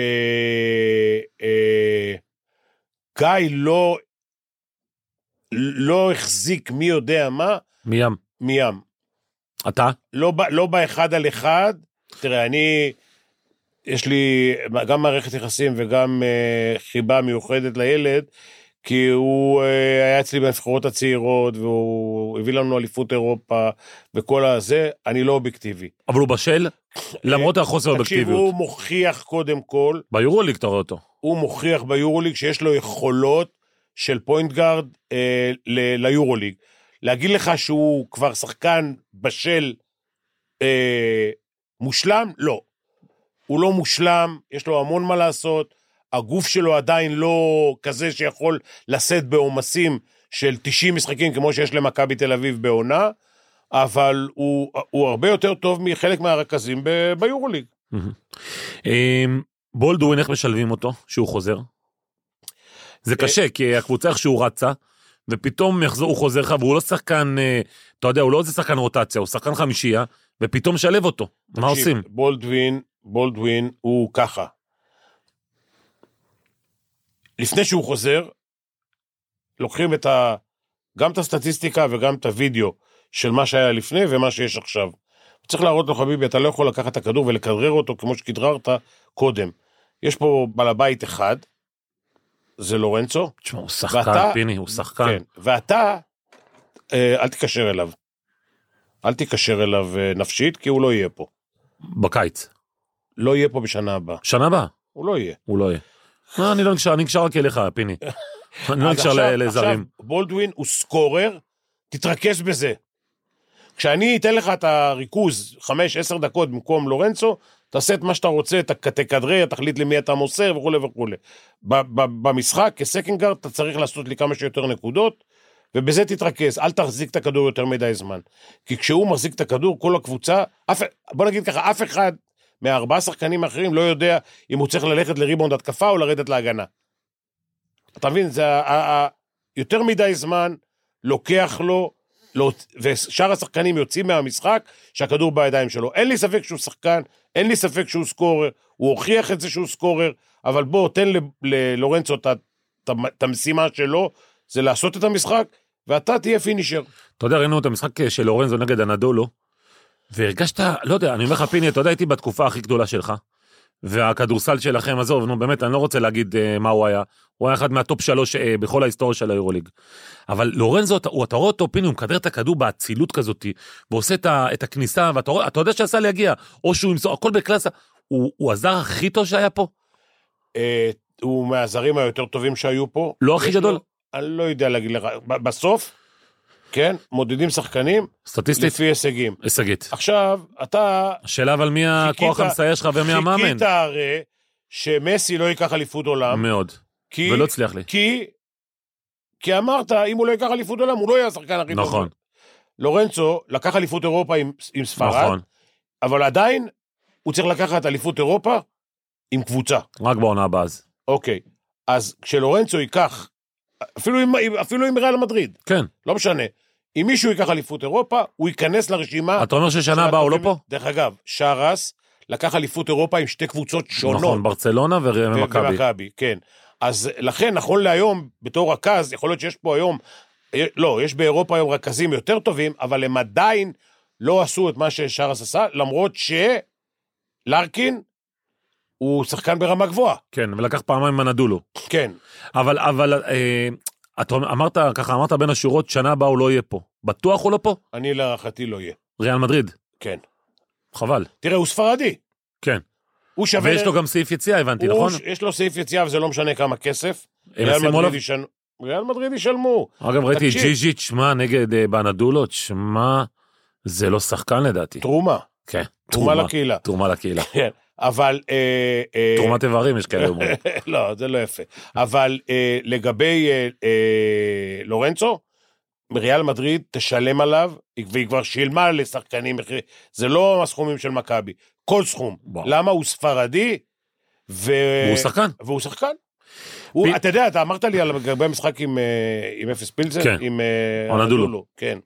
לא החזיק מי יודע מה מים. אתה? לא באחד על אחד. תראה, יש לי גם מערכת יחסים וגם חיבה מיוחדת לילד, כי הוא היה אצלי בנבחרות הצעירות, והוא הביא לנו אליפות אירופה, וכל הזה, אני לא אובייקטיבי. אבל הוא בשל, למרות החוסר אובייקטיביות. תקשיב, הוא מוכיח קודם כל, ביורוליג אתה רואה אותו. הוא מוכיח ביורוליג שיש לו יכולות של פוינט גארד ליורוליג. להגיד לך שהוא כבר שחקן בשל מושלם? לא. הוא לא מושלם, יש לו המון מה לעשות, הגוף שלו עדיין לא כזה שיכול לשאת בעומסים של 90 משחקים, כמו שיש למכבי תל אביב בעונה, אבל הוא הרבה יותר טוב מחלק מהרכזים ביורוליג. בולדווין, איך משלבים אותו, שהוא חוזר? זה קשה, כי הקבוצה איך שהוא רצה, ופתאום הוא חוזר לך, והוא לא שחקן, אתה יודע, הוא לא איזה שחקן רוטציה, הוא שחקן חמישייה, ופתאום משלב אותו. מה עושים? בולדווין הוא ככה. לפני שהוא חוזר, לוקחים גם את הסטטיסטיקה וגם את הוידאו של מה שהיה לפני ומה שיש עכשיו. צריך להראות לו, חביבי, אתה לא יכול לקחת את הכדור ולכדרר אותו כמו שכדררת קודם. יש פה בעל הבית אחד, זה לורנצו. תשמע, הוא שחקן, פיני, הוא שחקן. כן, ואתה, אל תקשר אליו. אל תקשר אליו נפשית, כי הוא לא יהיה פה. בקיץ. לא יהיה פה בשנה הבאה. שנה הבאה? הוא לא יהיה. הוא לא יהיה. אני לא נקשר, אני נקשר רק אליך, פיני. אני לא נקשר לזרים. עכשיו, בולדווין הוא סקורר, תתרכז בזה. כשאני אתן לך את הריכוז 5-10 דקות במקום לורנצו, תעשה את מה שאתה רוצה, תקדרר, תחליט למי אתה מוסר וכו' וכו'. במשחק, כסקנגארד, אתה צריך לעשות לי כמה שיותר נקודות, ובזה תתרכז, אל תחזיק את הכדור יותר מדי זמן. כי כשהוא מחזיק את הכדור, כל הקבוצה, בוא נגיד ככה, אף אחד מהארבעה שחקנים האחרים לא יודע אם הוא צריך ללכת לריבאונד התקפה או לרדת להגנה. אתה מבין, זה יותר מדי זמן לוקח לו, ושאר השחקנים יוצאים מהמשחק שהכדור בידיים שלו. אין לי ספק שהוא שחקן, אין לי ספק שהוא סקורר, הוא הוכיח את זה שהוא סקורר, אבל בוא, תן ללורנצו את המשימה שלו, זה לעשות את המשחק, ואתה תהיה פינישר. אתה יודע, ראינו את המשחק של לורנצו נגד אנדולו, והרגשת, לא יודע, אני אומר לך פיני, אתה יודע, הייתי בתקופה הכי גדולה שלך, והכדורסל שלכם, עזוב, נו באמת, אני לא רוצה להגיד מה הוא היה, הוא היה אחד מהטופ 3 בכל ההיסטוריה של היורוליג. אבל לורנזו, אתה רואה אותו, פיני, הוא מקדר את הכדור באצילות כזאת, ועושה את הכניסה, ואתה יודע שעשה להגיע, או שהוא ימסור, הכל בקלאסה, הוא הזר הכי טוב שהיה פה? הוא מהזרים היותר טובים שהיו פה. לא הכי גדול? אני לא יודע להגיד לך, בסוף, כן, מודדים שחקנים, סטטיסטית? לפי הישגית. הישגית. עכשיו, אתה... השאלה אבל מי הכוח המסייע שלך ומי המאמן? חיכית הרי שמסי לא ייקח אליפות עולם. מאוד. ולא הצליח לי. כי אמרת, אם הוא לא ייקח אליפות עולם, הוא לא יהיה השחקן הכי טוב. נכון. לורנצו לקח אליפות אירופה עם ספרד, נכון. אבל עדיין הוא צריך לקחת אליפות אירופה עם קבוצה. רק בעונה הבאה אז. אוקיי. אז כשלורנצו ייקח, אפילו עם ריאל מדריד. כן. לא משנה. אם מישהו ייקח אליפות אירופה, הוא ייכנס לרשימה. אתה אומר ששנה הבאה הוא לא פה? דרך אגב, שרס לקח אליפות אירופה עם שתי קבוצות שונות. נכון, ברצלונה ומכבי. כן. אז לכן, נכון להיום, בתור רכז, יכול להיות שיש פה היום, לא, יש באירופה היום רכזים יותר טובים, אבל הם עדיין לא עשו את מה ששרס עשה, למרות שלארקין הוא שחקן ברמה גבוהה. כן, ולקח פעמיים מנדולו. כן. אבל אתה אמרת בין השורות, שנה הבאה הוא לא יהיה פה. בטוח הוא לא פה? אני להערכתי לא יהיה. ריאל מדריד? כן. חבל. תראה, הוא ספרדי. כן. הוא שווה... ויש לו גם סעיף יציאה, הבנתי, נכון? יש לו סעיף יציאה, וזה לא משנה כמה כסף. ריאל מדריד ישלמו. אגב, ראיתי ג'יז'יץ', שמה, נגד באנדולות, שמה, זה לא שחקן לדעתי. תרומה. כן. תרומה לקהילה. תרומה לקהילה. כן, אבל... תרומת איברים יש כאלה אומרים. לא, זה לא יפה. אבל לגבי לורנצו, ריאל מדריד תשלם עליו, והיא כבר שילמה לשחקנים, זה לא הסכומים של מכבי, כל סכום. למה? הוא ספרדי, והוא שחקן. והוא שחקן. אתה יודע, אתה אמרת לי על גבי המשחק עם אפס פילזן, עם אנדולו. כן.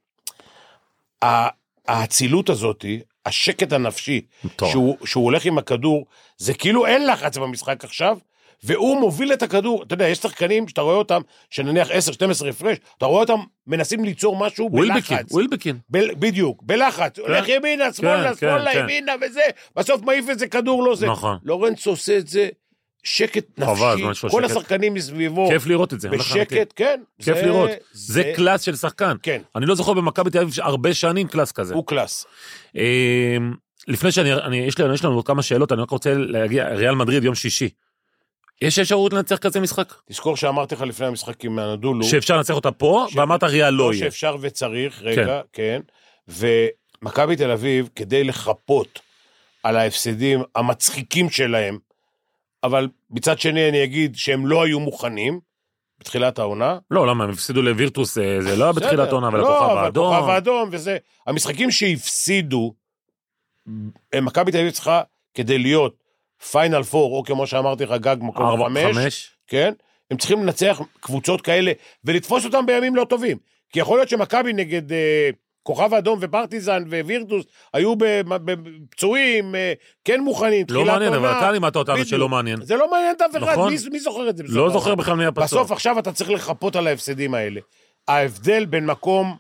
האצילות הזאת, השקט הנפשי, שהוא הולך עם הכדור, זה כאילו אין לחץ במשחק עכשיו, והוא מוביל את הכדור. אתה יודע, יש שחקנים שאתה רואה אותם, שנניח 10-12 הפרש, אתה רואה אותם מנסים ליצור משהו בלחץ. ווילבקין. בדיוק, בלחץ. הולך ימינה, שמאלה, ימינה וזה, בסוף מעיף איזה כדור לא זה. לורנצו עושה את זה, שקט נפשי, כל השחקנים מסביבו. כיף לראות את זה. בשקט, כן. כיף לראות. זה קלאס של שחקן. כן. אני לא זוכר במכבי תל אביב הרבה שנים קלאס כזה. הוא קלאס. לפני יש לנו כמה שאלות, אני רק רוצה להגיע, ריאל מדריד יום שישי. יש אפשרות לנצח כזה משחק? תזכור שאמרתי לך לפני המשחק עם אנדולו. שאפשר לנצח אותה פה, ואמרת ריאל לא יהיה. שאפשר וצריך, רגע, כן. ומכבי תל אביב, כדי לחפות על ההפסדים המצחיקים שלהם, אבל מצד שני אני אגיד שהם לא היו מוכנים, בתחילת העונה. לא, למה? הם הפסידו לווירטוס, זה לא היה בתחילת העונה, אבל הכוכב האדום. לא, אבל הכוכב האדום וזה. המשחקים שהפסידו, מכבי תל אביב צריכה כדי להיות פיינל 4, או כמו שאמרתי לך, גג מקום 5, כן? הם צריכים לנצח קבוצות כאלה, ולתפוס אותם בימים לא טובים. כי יכול להיות שמכבי נגד כוכב האדום ופרטיזן ווירטוס, היו בפצועים, כן מוכנים. לא מעניין, אבל אתה לימדת אותנו שלא מעניין. זה לא מעניין את אף אחד, מי זוכר את זה? לא זוכר בכלל מי הפצוע. בסוף עכשיו אתה צריך לחפות על ההפסדים האלה. ההבדל בין מקום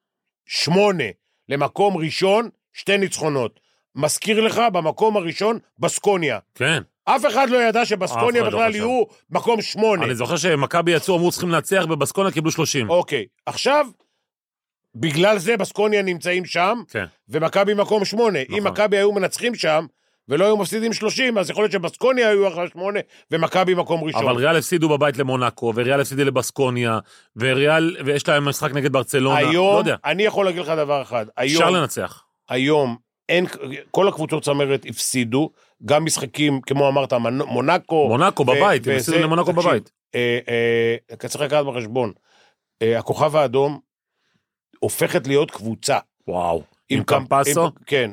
8 למקום ראשון, 2 ניצחונות. מזכיר לך במקום הראשון, בסקוניה. כן. אף אחד לא ידע שבסקוניה בכלל יהיו מקום 8. אני זוכר שמכבי יצאו, אמרו צריכים לנצח, ובסקוניה קיבלו 30. אוקיי, עכשיו, בגלל זה בסקוניה נמצאים שם, כן. ומכבי מקום 8. נכון. אם מכבי היו מנצחים שם, ולא היו מפסידים 30, אז יכול להיות שבסקוניה היו אחרי 8, ומכבי מקום ראשון. אבל ריאל הפסידו בבית למונאקו, וריאל הפסידו לבסקוניה, ויש להם משחק נגד ברצלונה. היום, לא יודע. אני יכול להגיד לך דבר אחד. אפשר לנצח. היום, כל הקבוצות צמרת הפסידו, גם משחקים, כמו אמרת, מונאקו בבית, הם הפסידו למונאקו בבית. צריך לקחת בחשבון, הכוכב האדום הופכת להיות קבוצה. וואו. עם קמפסו? כן.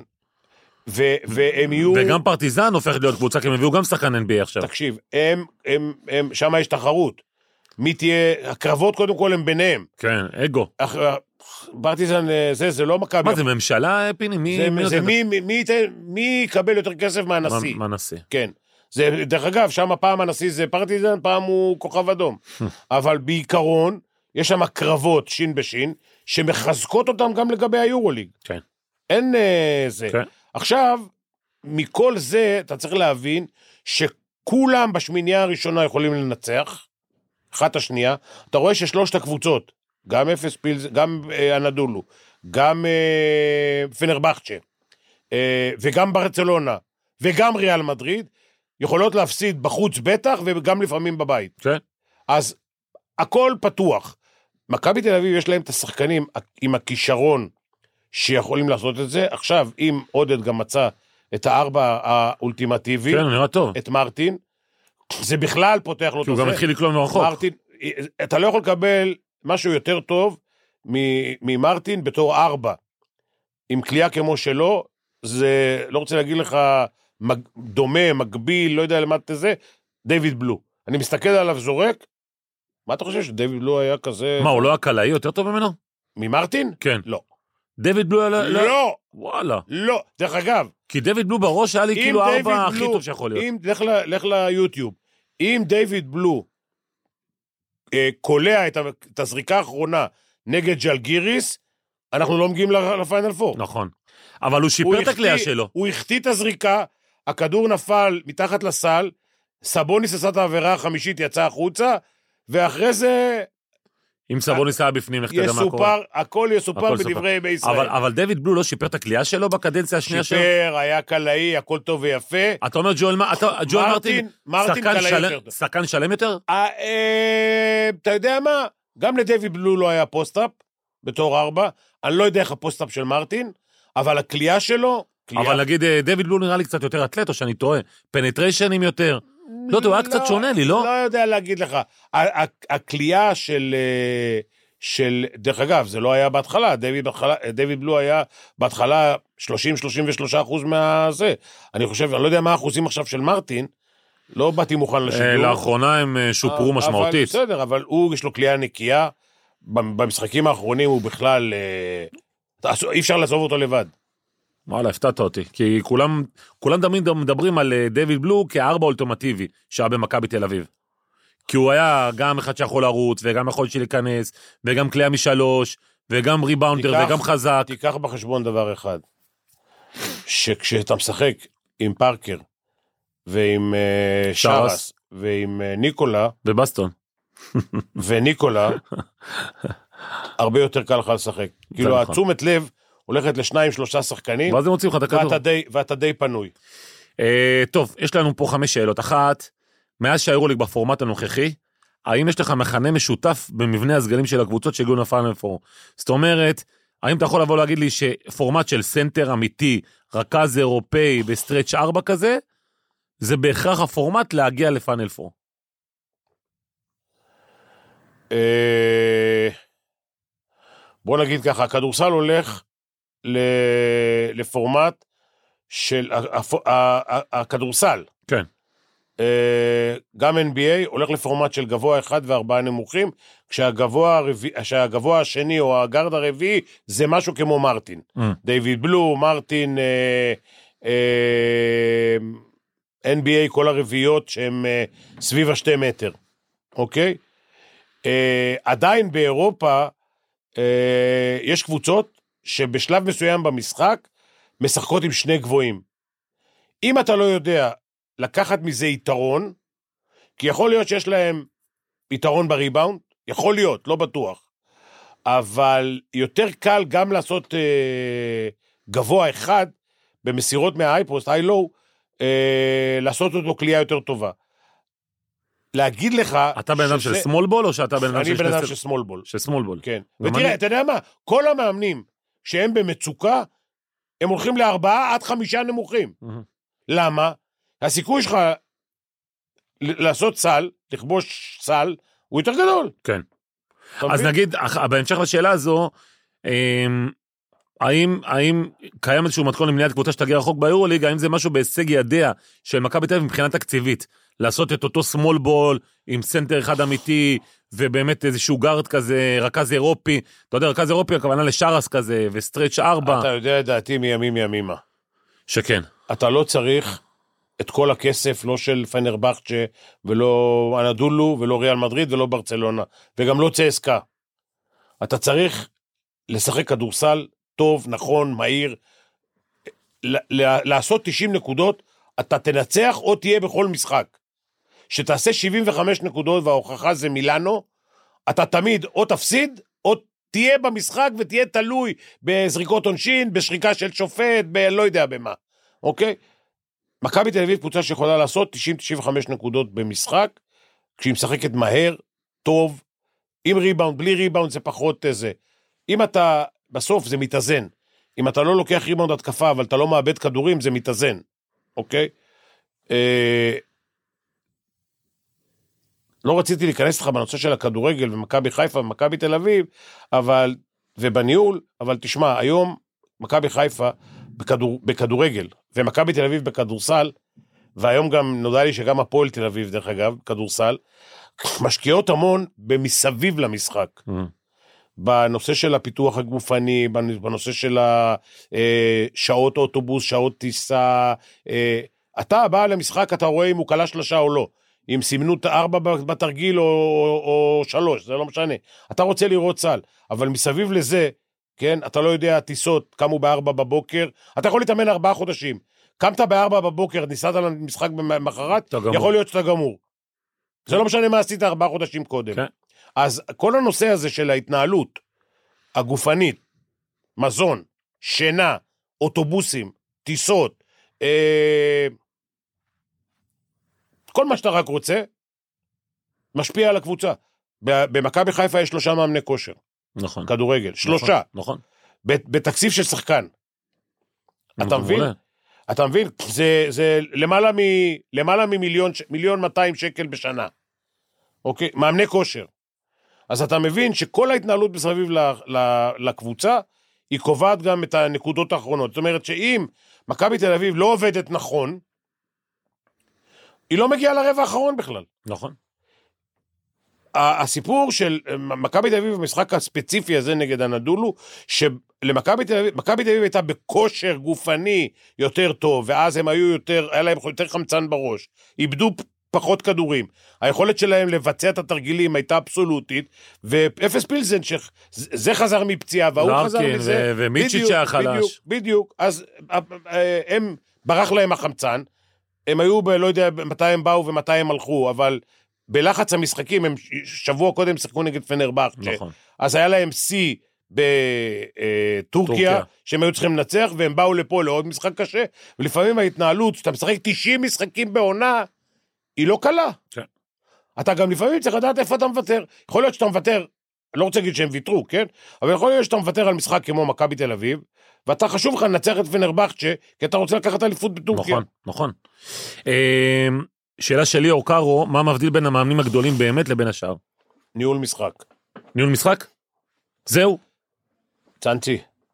והם יהיו... וגם פרטיזן הופכת להיות קבוצה, כי הם הביאו גם שחקן NBA עכשיו. תקשיב, שם יש תחרות. מי תהיה... הקרבות קודם כל הם ביניהם. כן, אגו. פרטיזן, זה לא מכבי. מה, זה ממשלה, פיני? מי יקבל יותר כסף מהנשיא? מהנשיא. כן. זה, דרך אגב, שם פעם הנשיא זה פרטיזן, פעם הוא כוכב אדום. אבל בעיקרון, יש שם קרבות שין בשין, שמחזקות אותם גם לגבי היורוליג. כן. אין זה. כן. עכשיו, מכל זה, אתה צריך להבין, שכולם בשמינייה הראשונה יכולים לנצח, אחת השנייה, אתה רואה ששלושת הקבוצות, גם אפס פילס, גם אנדולו, גם פנרבחצ'ה, וגם ברצלונה, וגם ריאל מדריד, יכולות להפסיד בחוץ בטח, וגם לפעמים בבית. כן. אז הכל פתוח. מכבי תל אביב יש להם את השחקנים עם הכישרון שיכולים לעשות את זה. עכשיו, אם עודד גם מצא את 4 האולטימטיבי, כן, נראה טוב. את מרטין, זה בכלל פותח לו את זה. כי הוא גם התחיל לקלום מרחוק. מרטין, אתה לא יכול לקבל משהו יותר טוב ממרטין בתור 4. עם קליעה כמו שלו, זה, לא רוצה להגיד לך, דומה, מקביל, לא יודע למה זה, דיוויד בלו. אני מסתכל עליו זורק, מה אתה חושב שדיוויד בלו היה כזה... מה, הוא לא הקלעי יותר טוב ממנו? ממרטין? כן. לא. דיוויד בלו היה... לא. וואלה. לא, דרך אגב. כי דיוויד בלו בראש היה לי כאילו 4 הכי טוב שיכול להיות. לך ליוטיוב. אם דיוויד בלו קולע את הזריקה האחרונה נגד ג'לגיריס, אנחנו לא מגיעים לפיינל 4. נכון. אבל הוא שיפר את הקליעה שלו. הוא החטיא את הזריקה, הכדור נפל מתחת לסל, סבוניס עשה את העבירה החמישית, יצא החוצה, ואחרי זה... אם סבוניס היה בפנים, איך תדע מה קורה? הכל יסופר בדברי ימי ישראל. אבל דיוויד בלו לא שיפר את הקליעה שלו בקדנציה השנייה שלו? שיפר, היה קלעי, הכל טוב ויפה. אתה אומר ג'ואל מרטין, שחקן שלם יותר? אתה יודע מה? גם לדיוויד בלו לא היה פוסט-אפ, בתור 4, אני לא יודע איך הפוסט-אפ של מרטין, אבל הקליעה שלו... אבל נגיד, דיוויד בלו נראה לי קצת יותר אתלט, או שאני טועה, פנטריישנים יותר. לא, הוא היה קצת שונה לי, לא? לא יודע להגיד לך. הקליעה של, דרך אגב, זה לא היה בהתחלה, דיוויד בלו היה בהתחלה 30-33% מהזה. אני חושב, אני לא יודע מה האחוזים עכשיו של מרטין, לא באתי מוכן לשידור. לאחרונה הם שופרו משמעותית. בסדר, אבל הוא, יש לו קליעה נקייה, במשחקים האחרונים הוא בכלל, אי אפשר לעזוב אותו לבד. וואלה, הפתעת אותי, כי כולם מדברים על דיוויד בלו כארבע אולטימטיבי, שהיה במכבי תל אביב. כי הוא היה גם אחד שיכול לרוץ, וגם יכול להיכנס, וגם קליעה משלוש, וגם ריבאונדר, וגם חזק. תיקח בחשבון דבר אחד, שכשאתה משחק עם פארקר, ועם שרס, ועם ניקולה, ובסטון. וניקולה, הרבה יותר קל לך לשחק. כאילו, התשומת לב, הולכת ל2-3 שחקנים, ואז הם מוצאים לך את הכדור. ואתה די פנוי. טוב, יש לנו פה 5 שאלות. אחת, מאז שהאירוליג בפורמט הנוכחי, האם יש לך מכנה משותף במבנה הסגלים של הקבוצות שהגיעו לפיינל פור? זאת אומרת, האם אתה יכול לבוא להגיד לי שפורמט של סנטר אמיתי, רכז אירופאי בסטרץ' 4 כזה, זה בהכרח הפורמט להגיע לפיינל פור? בוא נגיד ככה, הכדורסל הולך לפורמט של הכדורסל. כן. גם NBA הולך לפורמט של גבוה 1 ו4 נמוכים, כשהגבוה השני או הגארד הרביעי זה משהו כמו מרטין. דיוויד בלו, מרטין, NBA, כל הרביעיות שהן סביב 2 מטר. אוקיי? עדיין באירופה יש קבוצות שבשלב מסוים במשחק משחקות עם 2 גבוהים. אם אתה לא יודע לקחת מזה יתרון, כי יכול להיות שיש להם יתרון בריבאונד, יכול להיות, לא בטוח, אבל יותר קל גם לעשות גבוה 1 במסירות מההייפוסט, היי-לואו, לעשות אותו קליעה יותר טובה. להגיד לך... אתה בן אדם של סמול בול, או שאתה בן אדם של... אני בן אדם של סמול בול. של סמול בול. כן. ותראה, אתה יודע מה? כל המאמנים שהם במצוקה, הם הולכים ל4 עד 5 נמוכים. למה? הסיכוי שלך לעשות סל, לכבוש סל, הוא יותר גדול. כן. אז נגיד, בהמשך לשאלה הזו, האם קיים איזשהו מתכון למניעת קבוצה שתגיע רחוק באירוליג, האם זה משהו בהישג ידיה של מכבי תל אביב מבחינה תקציבית, לעשות את אותו סמול בול עם סנטר אחד אמיתי, ובאמת איזשהו גארד כזה, רכז אירופי, אתה יודע, רכז אירופי, הכוונה לשרס כזה, וסטרץ' 4. אתה יודע דעתי מימים ימימה. שכן. אתה לא צריך את כל הכסף, לא של פנרבחצ'ה, ולא אנדולו, ולא ריאל מדריד, ולא ברצלונה, וגם לא צסקה. אתה צריך לשחק כדורסל טוב, נכון, מהיר, לעשות 90 נקודות, אתה תנצח או תהיה בכל משחק. שתעשה 75 נקודות, וההוכחה זה מילאנו, אתה תמיד או תפסיד, או תהיה במשחק, ותהיה תלוי בזריקות עונשין, בשריקה של שופט, לא יודע במה. אוקיי? מכבי תל אביב קבוצה שיכולה לעשות 90-95 נקודות במשחק, כשהיא משחקת מהר, טוב, עם ריבאונד, בלי ריבאונד זה פחות זה. אם אתה, בסוף זה מתאזן. אם אתה לא לוקח ריבאונד התקפה, אבל אתה לא מאבד כדורים, זה מתאזן. אוקיי? לא רציתי להיכנס לך בנושא של הכדורגל, ומכבי חיפה ומכבי תל אביב, אבל, ובניהול, אבל תשמע, היום מכבי חיפה בכדורגל, ומכבי תל אביב בכדורסל, והיום גם נודע לי שגם הפועל תל אביב, דרך אגב, כדורסל, משקיעות המון במסביב למשחק. בנושא של הפיתוח הגופני, בנושא של שעות אוטובוס, שעות טיסה, אתה בא למשחק, אתה רואה אם הוא קלה שלושה או לא, אם סימנו 4 בתרגיל או 3, זה לא משנה. אתה רוצה לראות סל, אבל מסביב לזה, כן, אתה לא יודע טיסות, קמו ב4 בבוקר, אתה יכול להתאמן 4 חודשים, קמת ב4 בבוקר, ניסעת למשחק במחרת, יכול להיות שאתה גמור. זה לא משנה מה עשית 4 חודשים קודם. אז כל הנושא הזה של ההתנהלות הגופנית, מזון, שינה, אוטובוסים, טיסות, כל מה שאתה רק רוצה, משפיע על הקבוצה. במכבי חיפה יש 3 מאמני כושר. נכון. כדורגל, 3. נכון. בתקציב של שחקן. אתה מבין? אתה מבין? זה למעלה ממיליון 200 שקל בשנה. אוקיי? מאמני כושר. אז אתה מבין שכל ההתנהלות מסביב לקבוצה, היא קובעת גם את הנקודות האחרונות. זאת אומרת שאם מכבי תל אביב לא עובדת נכון, היא לא מגיעה לרבע האחרון בכלל. נכון. הסיפור של מכבי תל אביב במשחק הספציפי הזה נגד הנדולו, שלמכבי תל אביב הייתה בכושר גופני יותר טוב, ואז הם היו היה להם יותר חמצן בראש, איבדו פחות כדורים, היכולת שלהם לבצע את התרגילים הייתה אבסולוטית, ואפס פילזן, זה חזר מפציעה, והוא חזר מזה, ומיצ'יץ' היה חלש. בדיוק, אז הם ברח להם החמצן, הם היו לא יודע מתי הם באו ומתי הם הלכו, אבל בלחץ המשחקים, הם שבוע קודם שיחקו נגד פנרבחצ'ה, נכון. אז היה להם שיא בטורקיה, שהם היו צריכים לנצח, והם באו לפה לעוד משחק קשה, ולפעמים ההתנהלות, שאתה משחק 90 משחקים בעונה, היא לא קלה. כן. אתה גם לפעמים צריך לדעת איפה אתה מוותר. יכול להיות שאתה מוותר, אני לא רוצה להגיד שהם ויתרו, כן? אבל יכול להיות שאתה מוותר על משחק כמו מכבי תל אביב, ואתה חשוב לך לנצח את פנרבחצ'ה, כי אתה רוצה לקחת אליפות בטורקיה. נכון. שאלה שלי, אורקרו, מה מבדיל בין המאמנים הגדולים באמת לבין השאר? ניהול משחק. ניהול משחק? זהו. צנצי.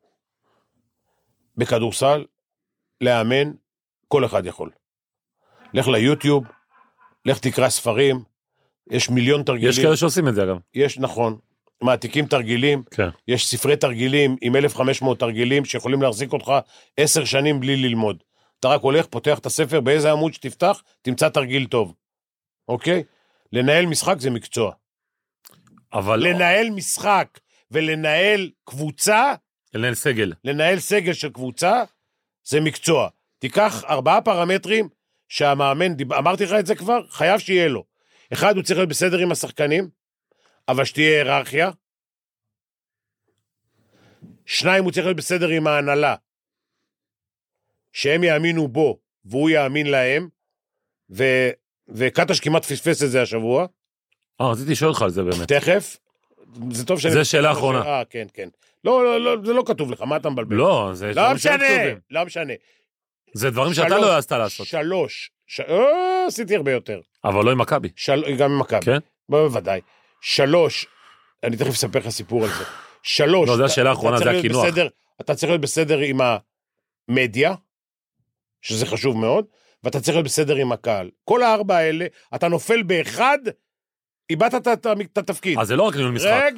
בכדורסל, לאמן, כל אחד יכול. לך ליוטיוב, לך תקרא ספרים, יש מיליון תרגילים. יש כאלה שעושים את זה אגב. יש, נכון. מעתיקים תרגילים, כן. יש ספרי תרגילים עם 1,500 תרגילים שיכולים להחזיק אותך 10 שנים בלי ללמוד. אתה רק הולך, פותח את הספר, באיזה עמוד שתפתח, תמצא תרגיל טוב. אוקיי? לנהל משחק זה מקצוע. אבל לנהל משחק ולנהל קבוצה, לנהל סגל של קבוצה, זה מקצוע. תיקח 4 פרמטרים שהמאמן, אמרתי לך את זה כבר, חייב שיהיה לו. 1, הוא צריך להיות בסדר עם השחקנים, אבל שתהיה היררכיה. 2, הוא צריך להיות בסדר עם ההנהלה, שהם יאמינו בו, והוא יאמין להם, וקטש כמעט פספס את זה השבוע. רציתי לשאול לך על זה באמת. תכף. זה טוב שאני... זה שאלה אחרונה. כן, כן. לא, זה לא כתוב לך, מה אתה מבלבל? לא, זה... לא משנה. זה דברים שאתה לא יעשת לעשות. 3. עשיתי הרבה יותר. אבל לא עם מכבי. גם עם מכבי. כן? בוודאי. 3, אני תכף אספר לך סיפור על זה. 3. לא, זה השאלה האחרונה, זה הכינוח. אתה צריך להיות בסדר עם המדיה, שזה חשוב מאוד, ואתה צריך להיות בסדר עם הקהל. כל 4 האלה, אתה נופל באחד, איבדת את התפקיד. אז זה לא רק ניהול משחק.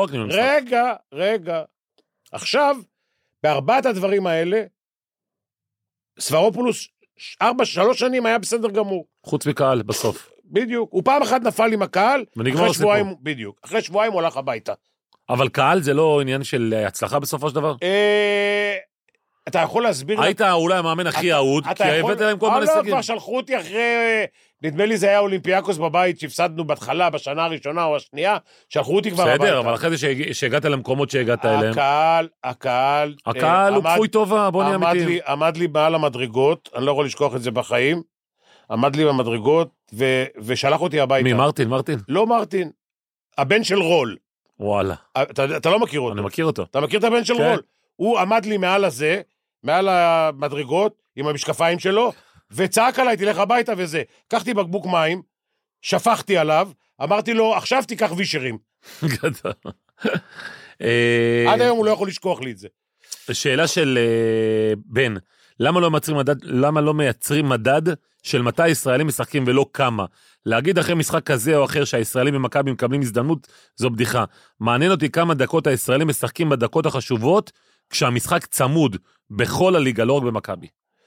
רגע. עכשיו, ב4 הדברים האלה, סברופולוס 3 שנים היה בסדר גמור. חוץ מקהל בסוף. בדיוק. הוא פעם אחת נפל עם הקהל, אחרי שבועיים, בדיוק. אחרי שבועיים הוא הלך הביתה. אבל קהל זה לא עניין של הצלחה בסופו של דבר? אתה יכול להסביר... היית אולי המאמן הכי אהוד, כי הבאת להם כל מיני סגים. כבר שלחו אותי אחרי... נדמה לי זה היה אולימפיאקוס בבית, שהפסדנו בהתחלה, בשנה הראשונה או השנייה, שלחו אותי כבר הביתה. בסדר, אבל אחרי זה שהגעת למקומות שהגעת אליהם. הקהל הוא כפוי טובה, בוא נהיה אמיתיים. עמד לי מעל המדרגות, אני לא יכול לשכוח את זה בחיים, עמד לי במדרגות, ושלח אותי הביתה. מי, מרטין? לא מרטין, הבן של רול. וואלה. אתה לא מכיר אותו. אני מכיר אותו. אתה מכיר את הבן של רול. הוא עמד לי מעל המדרגות, עם המשקפיים שלו, וצעק עליי, תלך הביתה וזה. קחתי בקבוק מים, שפכתי עליו, אמרתי לו, עכשיו תיקח וישרים. גדול. עד היום הוא לא יכול לשכוח לי את זה. שאלה של בן, למה לא מייצרים מדד של מתי ישראלים משחקים ולא כמה? להגיד אחרי משחק כזה או אחר שהישראלים במכבי מקבלים הזדמנות, זו בדיחה. מעניין אותי כמה דקות הישראלים משחקים בדקות החשובות, כשהמשחק צמוד בכל הליגה, לא רק במכבי.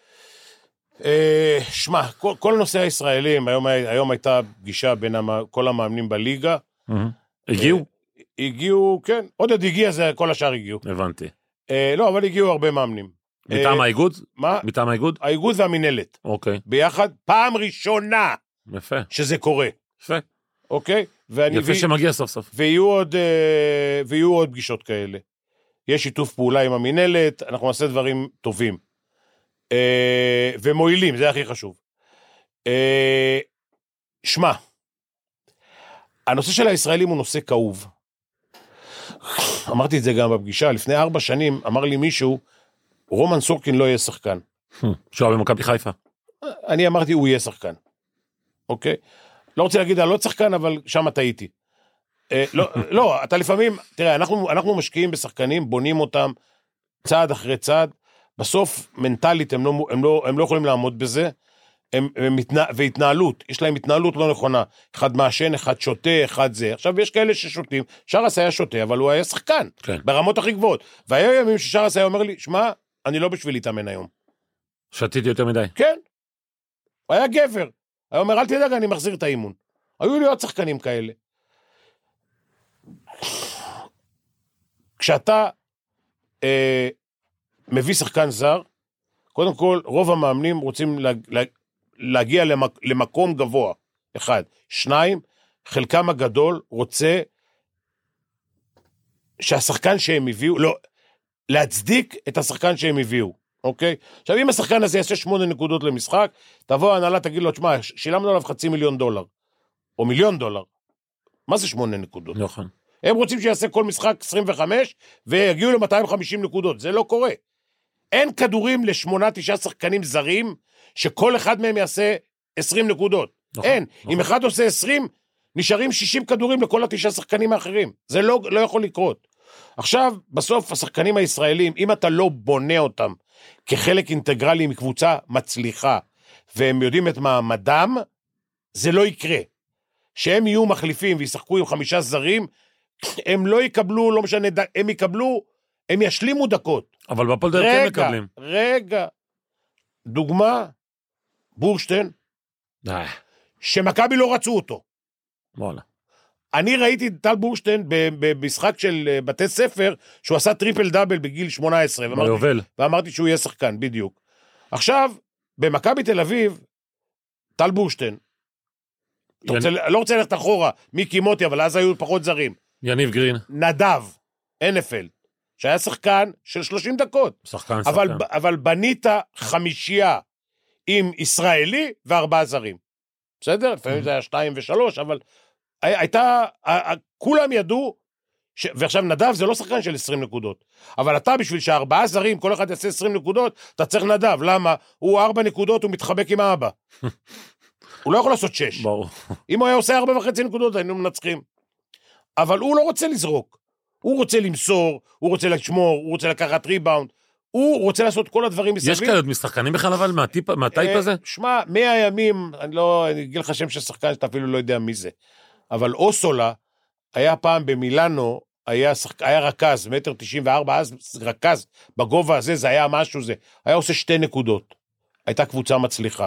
שמע, כל נושא הישראלים, היום הייתה פגישה בין כל המאמנים בליגה. הגיעו? הגיעו, כן. עוד הגיע, כל השאר הגיעו. הבנתי. לא, אבל הגיעו הרבה מאמנים. מטעם האיגוד? מה? מטעם האיגוד? האיגוד והמנהלת. אוקיי. ביחד, פעם ראשונה. יפה. שזה קורה. יפה. אוקיי? יפה שמגיע סוף סוף. ויהיו עוד פגישות כאלה. יש שיתוף פעולה עם המנהלת, אנחנו נעשה דברים טובים. ומועילים, זה הכי חשוב. שמע, הנושא של הישראלים הוא נושא כאוב. אמרתי את זה גם בפגישה, לפני 4 שנים אמר לי מישהו, רומן סורקין לא יהיה שחקן. שהוא במכבי חיפה. אני אמרתי, הוא יהיה שחקן. אוקיי? לא רוצה להגיד, לא שחקן, אבל שם טעיתי. לא, אתה לפעמים, תראה, אנחנו משקיעים בשחקנים, בונים אותם צעד אחרי צעד, בסוף מנטלית הם לא יכולים לעמוד בזה, והתנהלות, יש להם התנהלות לא נכונה, אחד מעשן, אחד שותה, אחד זה, עכשיו יש כאלה ששותים, שרס היה שותה, אבל הוא היה שחקן, ברמות הכי גבוהות, והיו ימים ששרס היה אומר לי, שמע, אני לא בשביל להתאמן היום. שתיתי יותר מדי. כן, הוא היה גבר, היה אומר, אל תדאג, אני מחזיר את האימון. היו לי עוד שחקנים כאלה. כשאתה מביא שחקן זר, קודם כל, רוב המאמנים רוצים להגיע למקום גבוה, 1. 2, חלקם הגדול רוצה שהשחקן שהם הביאו, לא, להצדיק את השחקן שהם הביאו, אוקיי? עכשיו, אם השחקן הזה יעשה 8 נקודות למשחק, תבוא ההנהלה, תגיד לו, תשמע, שילמנו עליו $500,000, או $1,000,000, מה זה 8 נקודות? נכון. הם רוצים שיעשה כל משחק 25, ויגיעו ל-250 נקודות, זה לא קורה. אין כדורים ל8-9 שחקנים זרים, שכל אחד מהם יעשה 20 נקודות. נכון, אין. נכון. אם אחד עושה 20, נשארים 60 כדורים לכל 9 שחקנים האחרים. זה לא יכול לקרות. עכשיו, בסוף, השחקנים הישראלים, אם אתה לא בונה אותם כחלק אינטגרלי מקבוצה מצליחה, והם יודעים את מעמדם, זה לא יקרה. שהם יהיו מחליפים וישחקו עם 5 זרים, הם לא יקבלו, לא משנה, הם יקבלו, הם ישלימו דקות. אבל בפולדר כן מקבלים. רגע, דוגמה, בורשטיין, שמכבי לא רצו אותו. וואלה. אני ראיתי את טל בורשטיין במשחק של בתי ספר, שהוא עשה טריפל דאבל בגיל 18, ואמרתי שהוא יהיה שחקן, בדיוק. עכשיו, במכבי תל אביב, טל בורשטיין, לא רוצה ללכת אחורה, מיקי מוטי, אבל אז היו פחות זרים. יניב גרין. נדב, NFL, שהיה שחקן של 30 דקות. שחקן. אבל בנית 5 עם ישראלי ו4 זרים. בסדר? לפעמים זה היה 2 ו3, אבל הייתה, כולם ידעו, ועכשיו נדב זה לא שחקן של 20 נקודות, אבל אתה בשביל ש4 זרים, כל אחד יעשה 20 נקודות, אתה צריך נדב. למה? הוא 4 נקודות, הוא מתחבק עם האבא. הוא לא יכול לעשות 6. ברור. אם הוא היה עושה 4.5 נקודות, היינו מנצחים. אבל הוא לא רוצה לזרוק. הוא רוצה למסור, הוא רוצה לשמור, הוא רוצה לקחת ריבאונד, הוא רוצה לעשות כל הדברים מסביב. יש כאלה משחקנים בכלל אבל מהטייפ הזה? שמע, 100 ימים, אני אגיד לך שם של שחקן שאתה אפילו לא יודע מי זה. אבל אוסולה היה פעם במילאנו, היה רכז, 1.94 מטר, אז רכז בגובה הזה, זה היה משהו זה. היה עושה 2 נקודות. הייתה קבוצה מצליחה.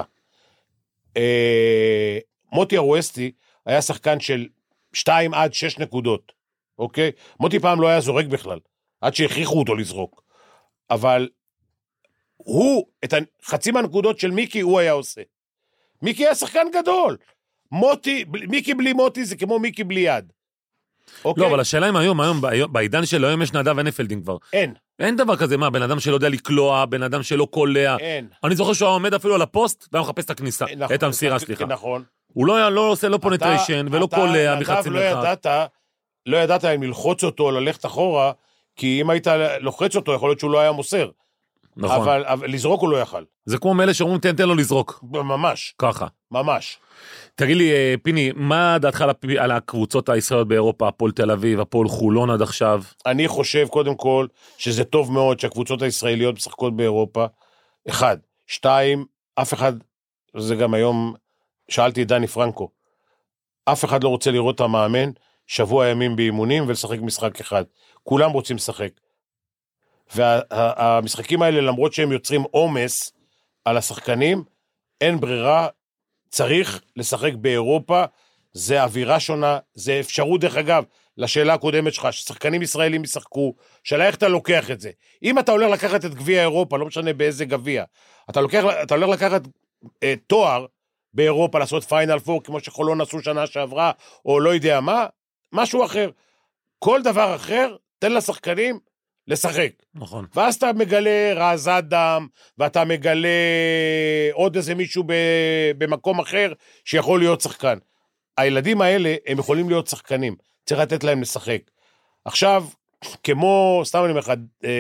מוטי ארואסטי היה שחקן של 2 עד 6 נקודות, אוקיי? מוטי פעם לא היה זורק בכלל, עד שהכריחו אותו לזרוק, אבל הוא, את חצי מהנקודות של מיקי הוא היה עושה. מיקי היה שחקן גדול, מיקי בלי מוטי זה כמו מיקי בלי יד. אוקיי? לא, אבל השאלה אם היום, בעידן של היום יש נדב ונפלדין כבר. אין דבר כזה, מה, בן אדם שלא יודע לקלוע, בן אדם שלא קולע. אין. אני זוכר שהוא עומד אפילו על הפוסט, והיה מחפש את הכניסה, את המסירה, סליחה. נכון. הוא לא עושה לא פונטריישן, ולא קולע מחצי מרחק. לא ידעת אם ללחוץ אותו, ללכת אחורה, כי אם היית לוחץ אותו, יכול להיות שהוא לא היה מוסר. נכון. אבל לזרוק הוא לא יכל. זה כמו מאלה שאומרים, תן לו לזרוק. ממש. ככה. ממש. תגיד לי, פיני, מה דעתך על הקבוצות הישראליות באירופה, הפועל תל אביב, הפועל חולון עד עכשיו? אני חושב, קודם כל, שזה טוב מאוד שהקבוצות הישראליות משחקות באירופה. 1. 2, אף אחד, זה גם היום, שאלתי את דני פרנקו, אף אחד לא רוצה לראות את המאמן, שבוע ימים באימונים ולשחק משחק אחד. כולם רוצים לשחק. והמשחקים האלה, למרות שהם יוצרים עומס על השחקנים, אין ברירה, צריך לשחק באירופה, זה אווירה שונה, זה אפשרות דרך אגב, לשאלה הקודמת שלך, ששחקנים ישראלים ישחקו, שאלה איך אתה לוקח את זה. אם אתה הולך לקחת את גביע אירופה, לא משנה באיזה גביע, אתה הולך לקחת תואר באירופה לעשות פיינל פור, כמו שחולון עשו שנה שעברה, או לא יודע מה, משהו אחר. כל דבר אחר, תן לשחקנים לשחק. נכון. ואז אתה מגלה רעזת דם, ואתה מגלה עוד איזה מישהו במקום אחר, שיכול להיות שחקן. הילדים האלה, הם יכולים להיות שחקנים. צריך לתת להם לשחק. עכשיו, כמו, סתם אני אומר לך,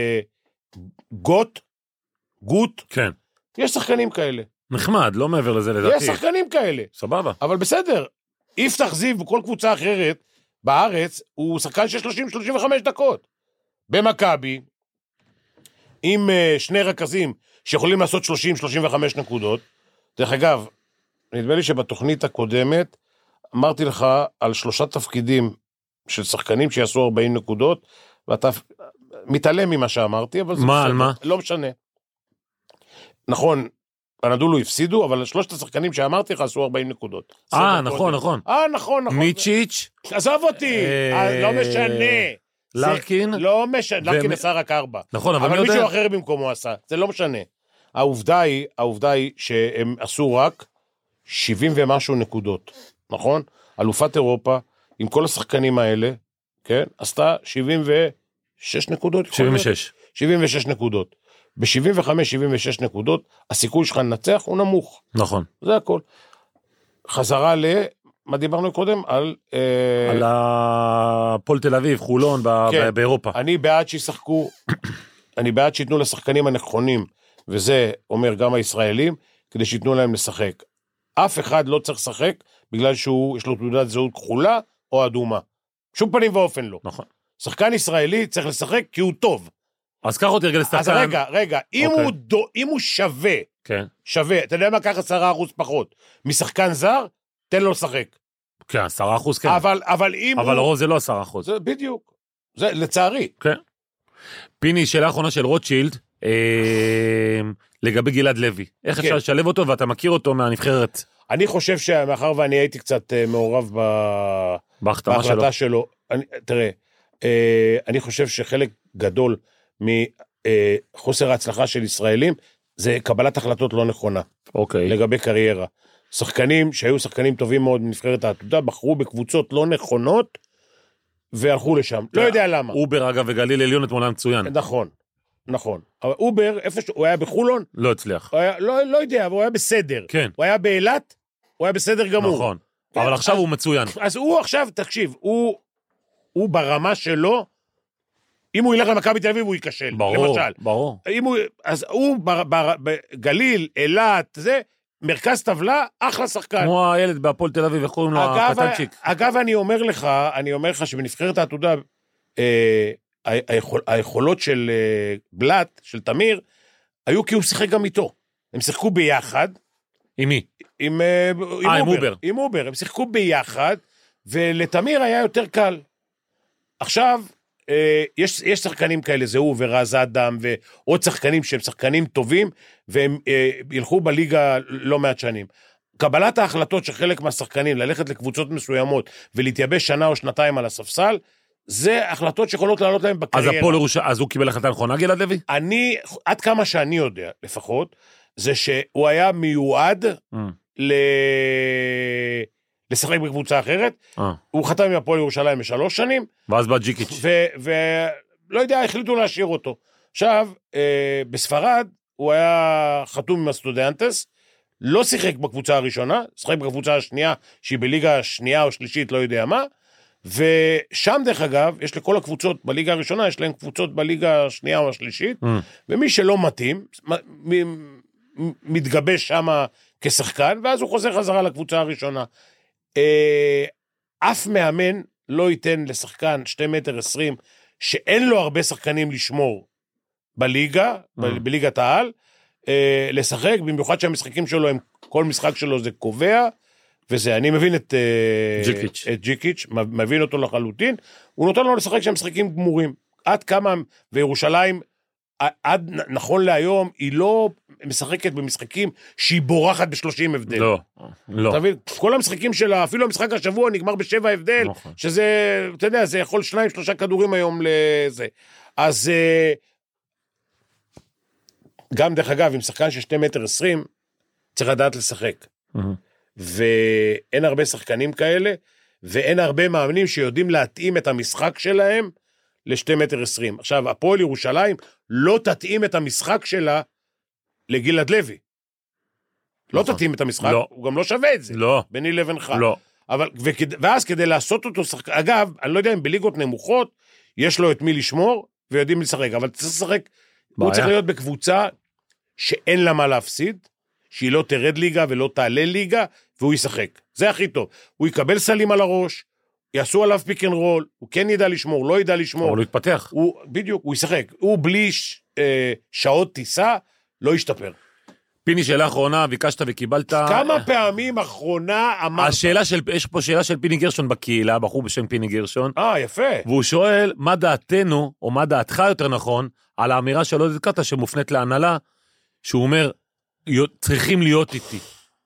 גוט, כן. יש שחקנים כאלה. נחמד, לא מעבר לזה לדעתי. יש שחקנים כאלה. סבבה. אבל בסדר, יפתח זיו וכל קבוצה אחרת בארץ, הוא שחקן של 30-35 דקות. במכבי, עם שני רכזים שיכולים לעשות 30-35 נקודות. דרך אגב, נדמה לי שבתוכנית הקודמת, אמרתי לך על 3 תפקידים של שחקנים שיעשו 40 נקודות, ואתה מתעלם ממה שאמרתי, אבל זה מה, על מה? לא משנה. נכון, הנדולו הפסידו, אבל 3 השחקנים שאמרתי לך עשו 40 נקודות. נכון. נכון. מיצ'יץ'. עזוב אותי, לא משנה. לרקין. לא משנה, לרקין עשה רק 4. נכון, אבל מישהו אחר במקומו עשה, זה לא משנה. העובדה היא שהם עשו רק 70 ומשהו נקודות, נכון? אלופת אירופה, עם כל השחקנים האלה, כן? עשתה 76 נקודות. 76 נקודות. ב-75-76 נקודות, הסיכוי שלך לנצח הוא נמוך. נכון. זה הכל. חזרה מה דיברנו קודם? על הפועל תל אביב, חולון, באירופה. אני בעד שישחקו, אני בעד שיתנו לשחקנים הנכונים, וזה אומר גם הישראלים, כדי שיתנו להם לשחק. אף אחד לא צריך לשחק, בגלל שיש לו תעודת זהות כחולה, או אדומה. שום פנים ואופן לא. נכון. שחקן ישראלי צריך לשחק כי הוא טוב. אז קח אותי רגע לשחקן. אז רגע, אם הוא שווה, כן. שווה, אתה יודע מה, קח 10% פחות, משחקן זר, תן לו לשחק. כן, 10% כן. אבל אם אבל הרוב זה לא 10%. זה בדיוק. זה לצערי. כן. פיני, שאלה אחרונה של רוטשילד, לגבי גלעד לוי. איך אפשר לשלב אותו, ואתה מכיר אותו מהנבחרת? אני חושב שמאחר ואני הייתי קצת מעורב בהחלטה שלו, תראה, אני חושב שחלק גדול מחוסר ההצלחה של ישראלים, זה קבלת החלטות לא נכונה. אוקיי. לגבי קריירה. שחקנים שהיו שחקנים טובים מאוד בנבחרת העתודה, בחרו בקבוצות לא נכונות, והלכו לשם. לא יודע למה. אובר אגב וגליל עליון אתמול מצוין. נכון. אבל אובר, איפה הוא היה בחולון? לא הצליח. לא יודע, אבל הוא היה בסדר. כן. הוא היה באילת, הוא היה בסדר גמור. נכון. אבל עכשיו הוא מצוין. אז הוא עכשיו, תקשיב, הוא ברמה שלו, אם הוא ילך למכבי תל אביב, הוא ייכשל. למשל. ברור. אז הוא בגליל, אילת, זה, מרכז טבלה, אחלה שחקן. כמו הילד בהפועל תל אביב, איך קוראים לו הקטנצ'יק. אגב, אני אומר לך שבנבחרת העתודה, היכולות של בלט, של תמיר, היו כי הוא שיחק גם איתו. הם שיחקו ביחד. עם מי? עם אובר. עם אובר. הם שיחקו ביחד, ולתמיר היה יותר קל. עכשיו, יש שחקנים כאלה, זה הוא ורז אדם, ועוד שחקנים שהם שחקנים טובים, והם ילכו בליגה לא מעט שנים. קבלת ההחלטות של חלק מהשחקנים, ללכת לקבוצות מסוימות, ולהתייבש שנה או שנתיים על הספסל, זה החלטות שיכולות לעלות להם בקריירה. אז הוא קיבל החלטה נכונה, גלעד לוי? עד כמה שאני יודע, לפחות, זה שהוא היה מיועד לשחק בקבוצה אחרת, הוא חתם עם הפועל ירושלים ב3 שנים, ואז בא ג'יקיץ'. ולא יודע, החליטו להשאיר אותו. עכשיו, בספרד, הוא היה חתום עם הסטודנטס, לא שיחק בקבוצה הראשונה, שיחק בקבוצה השנייה, שהיא בליגה השנייה או שלישית, לא יודע מה, ושם דרך אגב, יש לכל הקבוצות בליגה הראשונה, יש להם קבוצות בליגה השנייה או השלישית, ומי שלא מתאים, מתגבש שם כשחקן, ואז הוא חוזר חזרה לקבוצה הראשונה. אף מאמן לא ייתן לשחקן 2.20 מטר, שאין לו הרבה שחקנים לשמור בליגה, בליגת העל, לשחק, במיוחד שהמשחקים שלו, כל משחק שלו זה קובע, וזה, אני מבין את ג'יקיץ', מבין אותו לחלוטין, הוא נותן לו לשחק שם משחקים גמורים, עד כמה, וירושלים, עד נכון להיום, היא לא משחקת במשחקים שהיא בורחת ב30 הבדל. לא. תבין, כל המשחקים שלה, אפילו המשחק השבוע נגמר ב7 הבדל, שזה, אתה יודע, זה יכול 2-3 כדורים היום לזה. אז גם דרך אגב, עם שחקן של 2.20 מטר, צריך לדעת לשחק. ואין הרבה שחקנים כאלה, ואין הרבה מאמנים שיודעים להתאים את המשחק שלהם ל2.20 מטר. עכשיו, הפועל ירושלים לא תתאים את המשחק שלה לגלעד לוי. לא תתאים את המשחק, הוא גם לא שווה את זה. לא. ביני לבינך. לא. אבל, ואז כדי לעשות אותו שחק... אגב, אני לא יודע אם בליגות נמוכות, יש לו את מי לשמור, ויודעים לשחק, אבל צריך לשחק, הוא צריך להיות בקבוצה שאין לה מה להפסיד, שהיא לא תרד ליגה ולא תעלה ליגה, והוא ישחק. זה הכי טוב. הוא יקבל סלים על הראש, יעשו עליו פיק אנד רול, הוא כן ידע לשמור, לא ידע לשמור. אבל הוא יתפתח. בדיוק, הוא ישחק. הוא בלי שעות טיסה, לא ישתפר. פיני, שאלה אחרונה, ביקשת וקיבלת... כמה פעמים אחרונה אמרת? יש פה שאלה של פיני גרשון בקהילה, בחור בשם פיני גרשון. יפה. והוא שואל, מה דעתנו, או מה דעתך יותר נכון, על האמירה של עודד קטע שמופנית להנהלה, שהוא אומר, צריכים להיות איתי.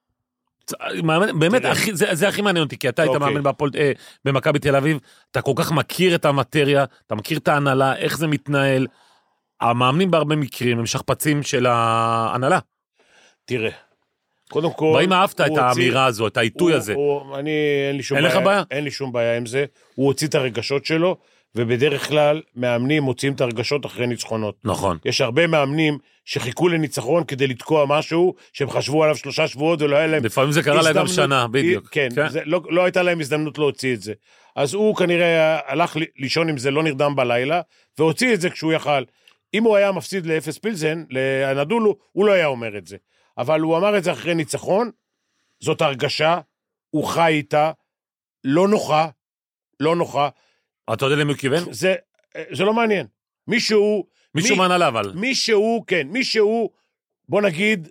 באמת, זה הכי מעניין אותי, כי אתה היית מאמן במכבי תל אביב, אתה כל כך מכיר את המטריה, אתה מכיר את ההנהלה, איך זה מתנהל, המאמנים בהרבה מקרים הם שכפצים של ההנהלה. תראה, קודם כל... והאם אהבת את האמירה הזו, את העיתוי הזה? אין לך בעיה? אין לי שום בעיה עם זה, הוא הוציא את הרגשות שלו, ובדרך כלל מאמנים מוציאים את הרגשות אחרי ניצחונות. נכון. יש הרבה מאמנים שחיכו לניצחון כדי לתקוע משהו, שהם חשבו עליו 3 שבועות ולא היה להם... לפעמים זה קרה להם גם שנה, בדיוק. כן, לא הייתה להם הזדמנות להוציא את זה. אז הוא כנראה הלך לישון עם זה, לא נרדם בלילה, והוציא את זה כשהוא יכל. אם הוא היה מפסיד לאפס פילזן, לאנדולו, הוא לא היה אומר את זה. אבל הוא אמר את זה אחרי ניצחון, זאת הרגשה, הוא חי איתה, לא נוחה. אתה יודע למי הוא כיוון? זה לא מעניין. מישהו מנהלה אבל. מישהו, בוא נגיד,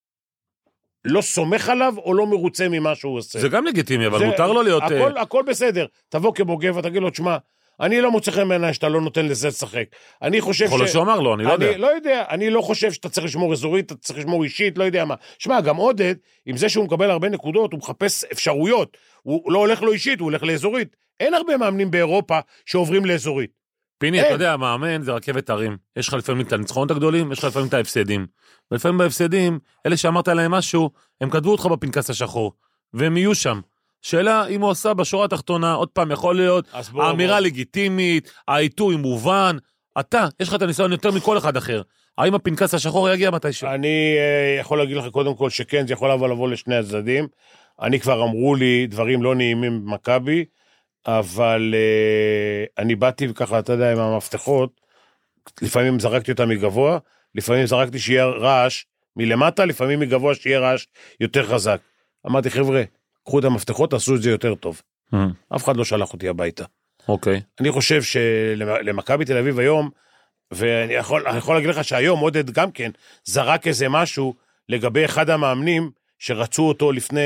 לא סומך עליו או לא מרוצה ממה שהוא עושה. זה גם לגיטימי, אבל מותר לו להיות... הכל בסדר. תבוא כבוגב ותגיד לו, תשמע, אני לא מוצא חן בעיניי שאתה לא נותן לזה לשחק. אני חושב יכול להיות שהוא אמר לו, אני לא יודע. אני לא חושב שאתה צריך לשמור אזורית, אתה צריך לשמור אישית, לא יודע מה. שמע, גם עודד, עם זה שהוא מקבל הרבה נקודות, הוא מחפש אפשרויות. הוא לא הולך לו אישית, הוא הולך לאזורית. אין הרבה מאמנים באירופה שעוברים לאזורית. פיני, אתה יודע, המאמן זה רכבת הרים. יש לך לפעמים את הניצחונות הגדולים, יש לך לפעמים את ההפסדים. ולפעמים בהפסדים, אלה שאמרת להם משהו, הם כתבו אותך בפנקס השחור, והם יהיו שם. שאלה, אם הוא עושה בשורה התחתונה, עוד פעם יכול להיות, האמירה לגיטימית, העיתוי מובן, אתה, יש לך את הניסיון יותר מכל אחד אחר. האם הפנקס השחור יגיע מתישהו? אני יכול להגיד לך קודם כל שכן, זה יכול לבוא לשני הצדדים. אני כבר אמרו לי דברים לא נעימים במכבי, אבל אני באתי וככה, אתה יודע, עם המפתחות, לפעמים זרקתי אותם מגבוה, לפעמים זרקתי שיהיה רעש מלמטה, לפעמים מגבוה שיהיה רעש יותר חזק. אמרתי, חבר'ה, קחו את המפתחות, תעשו את זה יותר טוב. אף אחד לא שלח אותי הביתה. אוקיי. אני חושב שלמכבי תל אביב היום, ואני יכול להגיד לך שהיום עודד גם כן זרק איזה משהו לגבי אחד המאמנים שרצו אותו לפני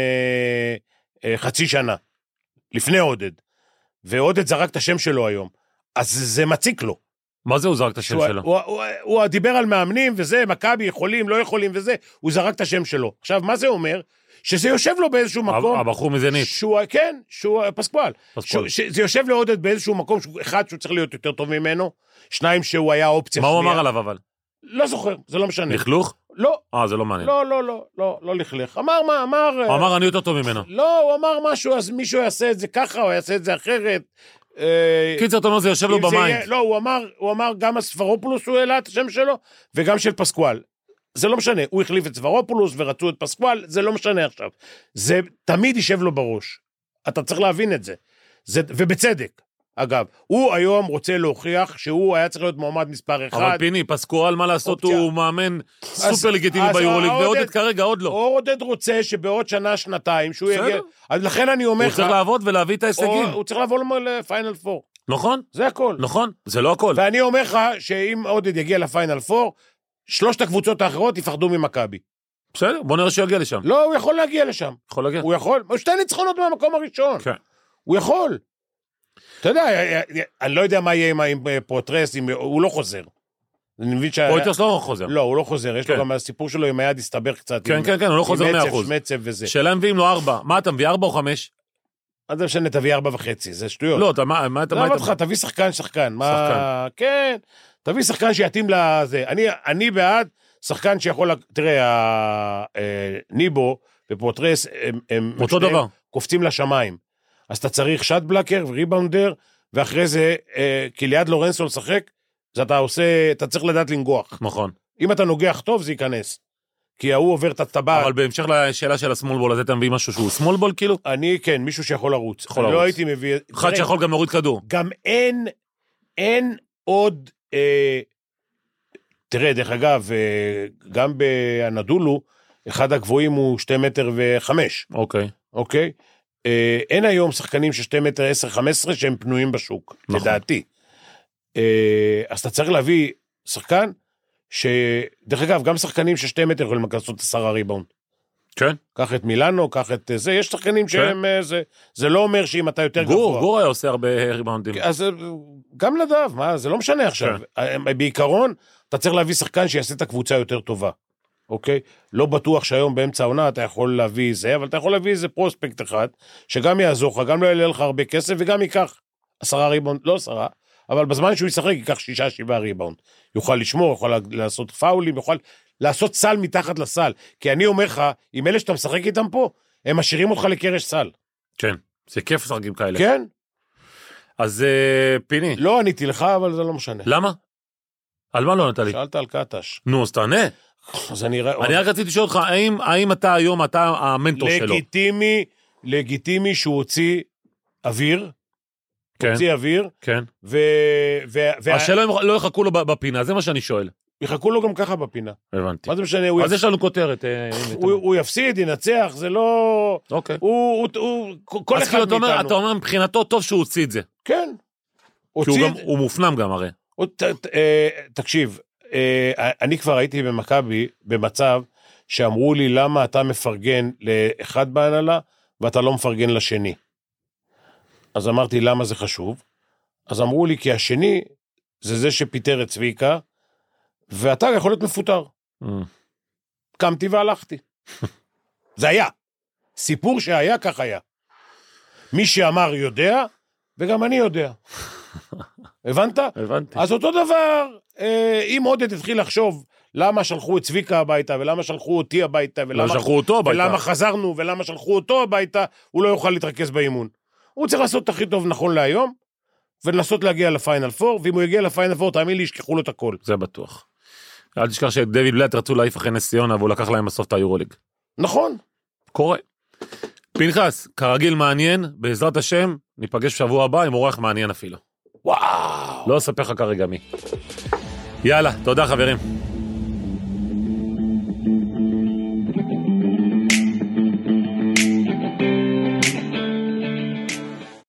חצי שנה. לפני עודד. ועודד זרק את השם שלו היום. אז זה מציק לו. מה זה הוא זרק את השם שלו? הוא דיבר על מאמנים וזה, מכבי יכולים, לא יכולים וזה, הוא זרק את השם שלו. עכשיו, מה זה אומר? שזה יושב לו באיזשהו מקום. הבחור מזנית. כן, שהוא פסקואל. זה יושב לעודד באיזשהו מקום, אחד שהוא צריך להיות יותר טוב ממנו, שניים שהוא היה אופציה שנייה. מה הוא אמר עליו אבל? לא זוכר, זה לא משנה. לכלוך? לא. זה לא מעניין. לא לכלך. אמר מה, הוא אמר אני יותר טוב ממנו. לא, הוא אמר משהו, אז מישהו יעשה את זה ככה, או יעשה את זה אחרת. קיצר תנו, זה יושב לו במים. לא, הוא אמר גם הספרופולוס הוא העלה את השם שלו, וגם של פסקואל. זה לא משנה, הוא החליף את ספרופולוס ורצו את פסקואל, זה לא משנה עכשיו. זה תמיד יישב לו בראש. אתה צריך להבין את זה. ובצדק. אגב, הוא היום רוצה להוכיח שהוא היה צריך להיות מועמד מספר 1. אבל פיני, פסקואל, מה לעשות, הוא מאמן סופר לגיטימי ביורוליג, ועודד כרגע עוד לא. עודד רוצה שבעוד שנה, שנתיים, שהוא יגיע... אז לכן אני אומר לך... הוא צריך לעבוד ולהביא את ההישגים. הוא צריך לעבור לפיינל 4. נכון. זה הכל. נכון, זה לא הכל. ואני אומר לך שאם עודד יגיע לפיינל 4, 3 הקבוצות האחרות יפחדו ממכבי. בסדר, בוא נראה שיגיע לשם. לא, הוא יכול להגיע לשם. יכול להגיע. הוא יכול. 2 ניצחונות מהמקום הראשון. כן. הוא יכול. אתה יודע, אני לא יודע מה יהיה עם פרוטרס, הוא לא חוזר. פרוטרס לא חוזר. לא, הוא לא חוזר, יש לו גם הסיפור שלו עם היד הסתבר קצת. כן, הוא לא חוזר 100%. מצב וזה. שאלה מביאים לו 4, מה אתה מביא 4 או 5? מה זה משנה, תביא 4.5, זה שטויות. לא, מה אתה... לא אותך, תביא שחקן. כן, תביא שחקן שיתאים לזה. אני בעד שחקן שיכול, תראה, ניבו, ופורטרס, הם אותו דבר. קופצים לשמיים. אז אתה צריך שט בלקר וריבאונדר, ואחרי זה, כי ליד לורנסו לשחק, אז אתה צריך לדעת לנגוח. נכון. אם אתה נוגח טוב, זה ייכנס. כי ההוא עובר את הטבעת. אבל בהמשך לשאלה של הסמולבול, אז אתה מביא משהו שהוא סמולבול כאילו? אני, כן, מישהו שיכול לרוץ. יכול אני לרוץ. לא הייתי מביא... אחד שיכול גם להוריד כדור. גם אין עוד... תראה, דרך אגב, גם באנדולו, אחד הגבוהים הוא 2 מטר ו5. אוקיי. אוקיי? אין היום שחקנים של 2 מטר 10-15 שהם פנויים בשוק, נכון. לדעתי. אז אתה צריך להביא שחקן, דרך אגב, גם שחקנים של 2 מטר יכולים לעשות 10 ריבאונד. כן. קח את מילאנו, קח את זה, יש שחקנים שהם, זה לא אומר שאם אתה יותר גבוה. גור היה עושה הרבה ריבאונדים. אז גם לדב, מה, זה לא משנה עכשיו. בעיקרון, אתה צריך להביא שחקן שיעשה את הקבוצה יותר טובה. אוקיי? לא בטוח שהיום באמצע העונה אתה יכול להביא זה, אבל אתה יכול להביא איזה פרוספקט אחד, שגם יעזור לך, גם לא יעלה לך הרבה כסף, וגם ייקח 10 ריבאונד, לא 10, אבל בזמן שהוא ישחק, ייקח 6-7 ריבאונד. יוכל לשמור, יוכל לעשות פאולים, יוכל לעשות סל מתחת לסל. כי אני אומר לך, עם אלה שאתה משחק איתם פה, הם משאירים אותך לקרש סל. כן, זה כיף לשחקים כאלה. כן? אז פיני. לא עניתי לך, אבל זה לא משנה. למה? על מה לא נתן לי? שאלת על קטש. נו, אז תענה. אז אני רק רציתי לשאול אותך, האם אתה היום, אתה המנטור שלו? לגיטימי שהוא הוציא אוויר, כן. הוציא אוויר, כן. השאלה הם לא יחכו לו בפינה, זה מה שאני שואל. יחכו לו גם ככה בפינה. הבנתי. מה זה משנה? אז יש לנו כותרת. הוא יפסיד, ינצח, זה לא... אוקיי. כל אחד מאיתנו. אתה אומר מבחינתו טוב שהוא הוציא את זה. כן. כי הוא מופנם גם הרי. תקשיב, אני כבר הייתי במכבי במצב שאמרו לי למה אתה מפרגן לאחד בהנהלה ואתה לא מפרגן לשני. אז אמרתי למה זה חשוב. אז אמרו לי כי השני זה שפיטר את צביקה ואתה יכול להיות מפוטר. קמתי והלכתי. זה היה. סיפור שהיה כך היה. מי שאמר יודע וגם אני יודע. הבנת? הבנתי. אז אותו דבר, אם עודד התחיל לחשוב למה שלחו את צביקה הביתה, ולמה שלחו אותי הביתה, ולמה חזרנו, ולמה שלחו אותו הביתה, הוא לא יוכל להתרכז באימון. הוא צריך לעשות את הכי טוב נכון להיום, ולנסות להגיע לפיינל 4, ואם הוא יגיע לפיינל 4, תאמין לי, ישכחו לו את הכל. זה בטוח. אל תשכח שדויד בלאט רצו להעיף אחרי נס ציונה, והוא לקח להם בסוף את היורוליג. נכון. קורה. פנחס, כרגיל מעניין, בעזרת השם, ניפגש בשבוע הבא עם אורח מעניין אפילו. וואו. לא אספר לך כרגע מי. יאללה, תודה חברים.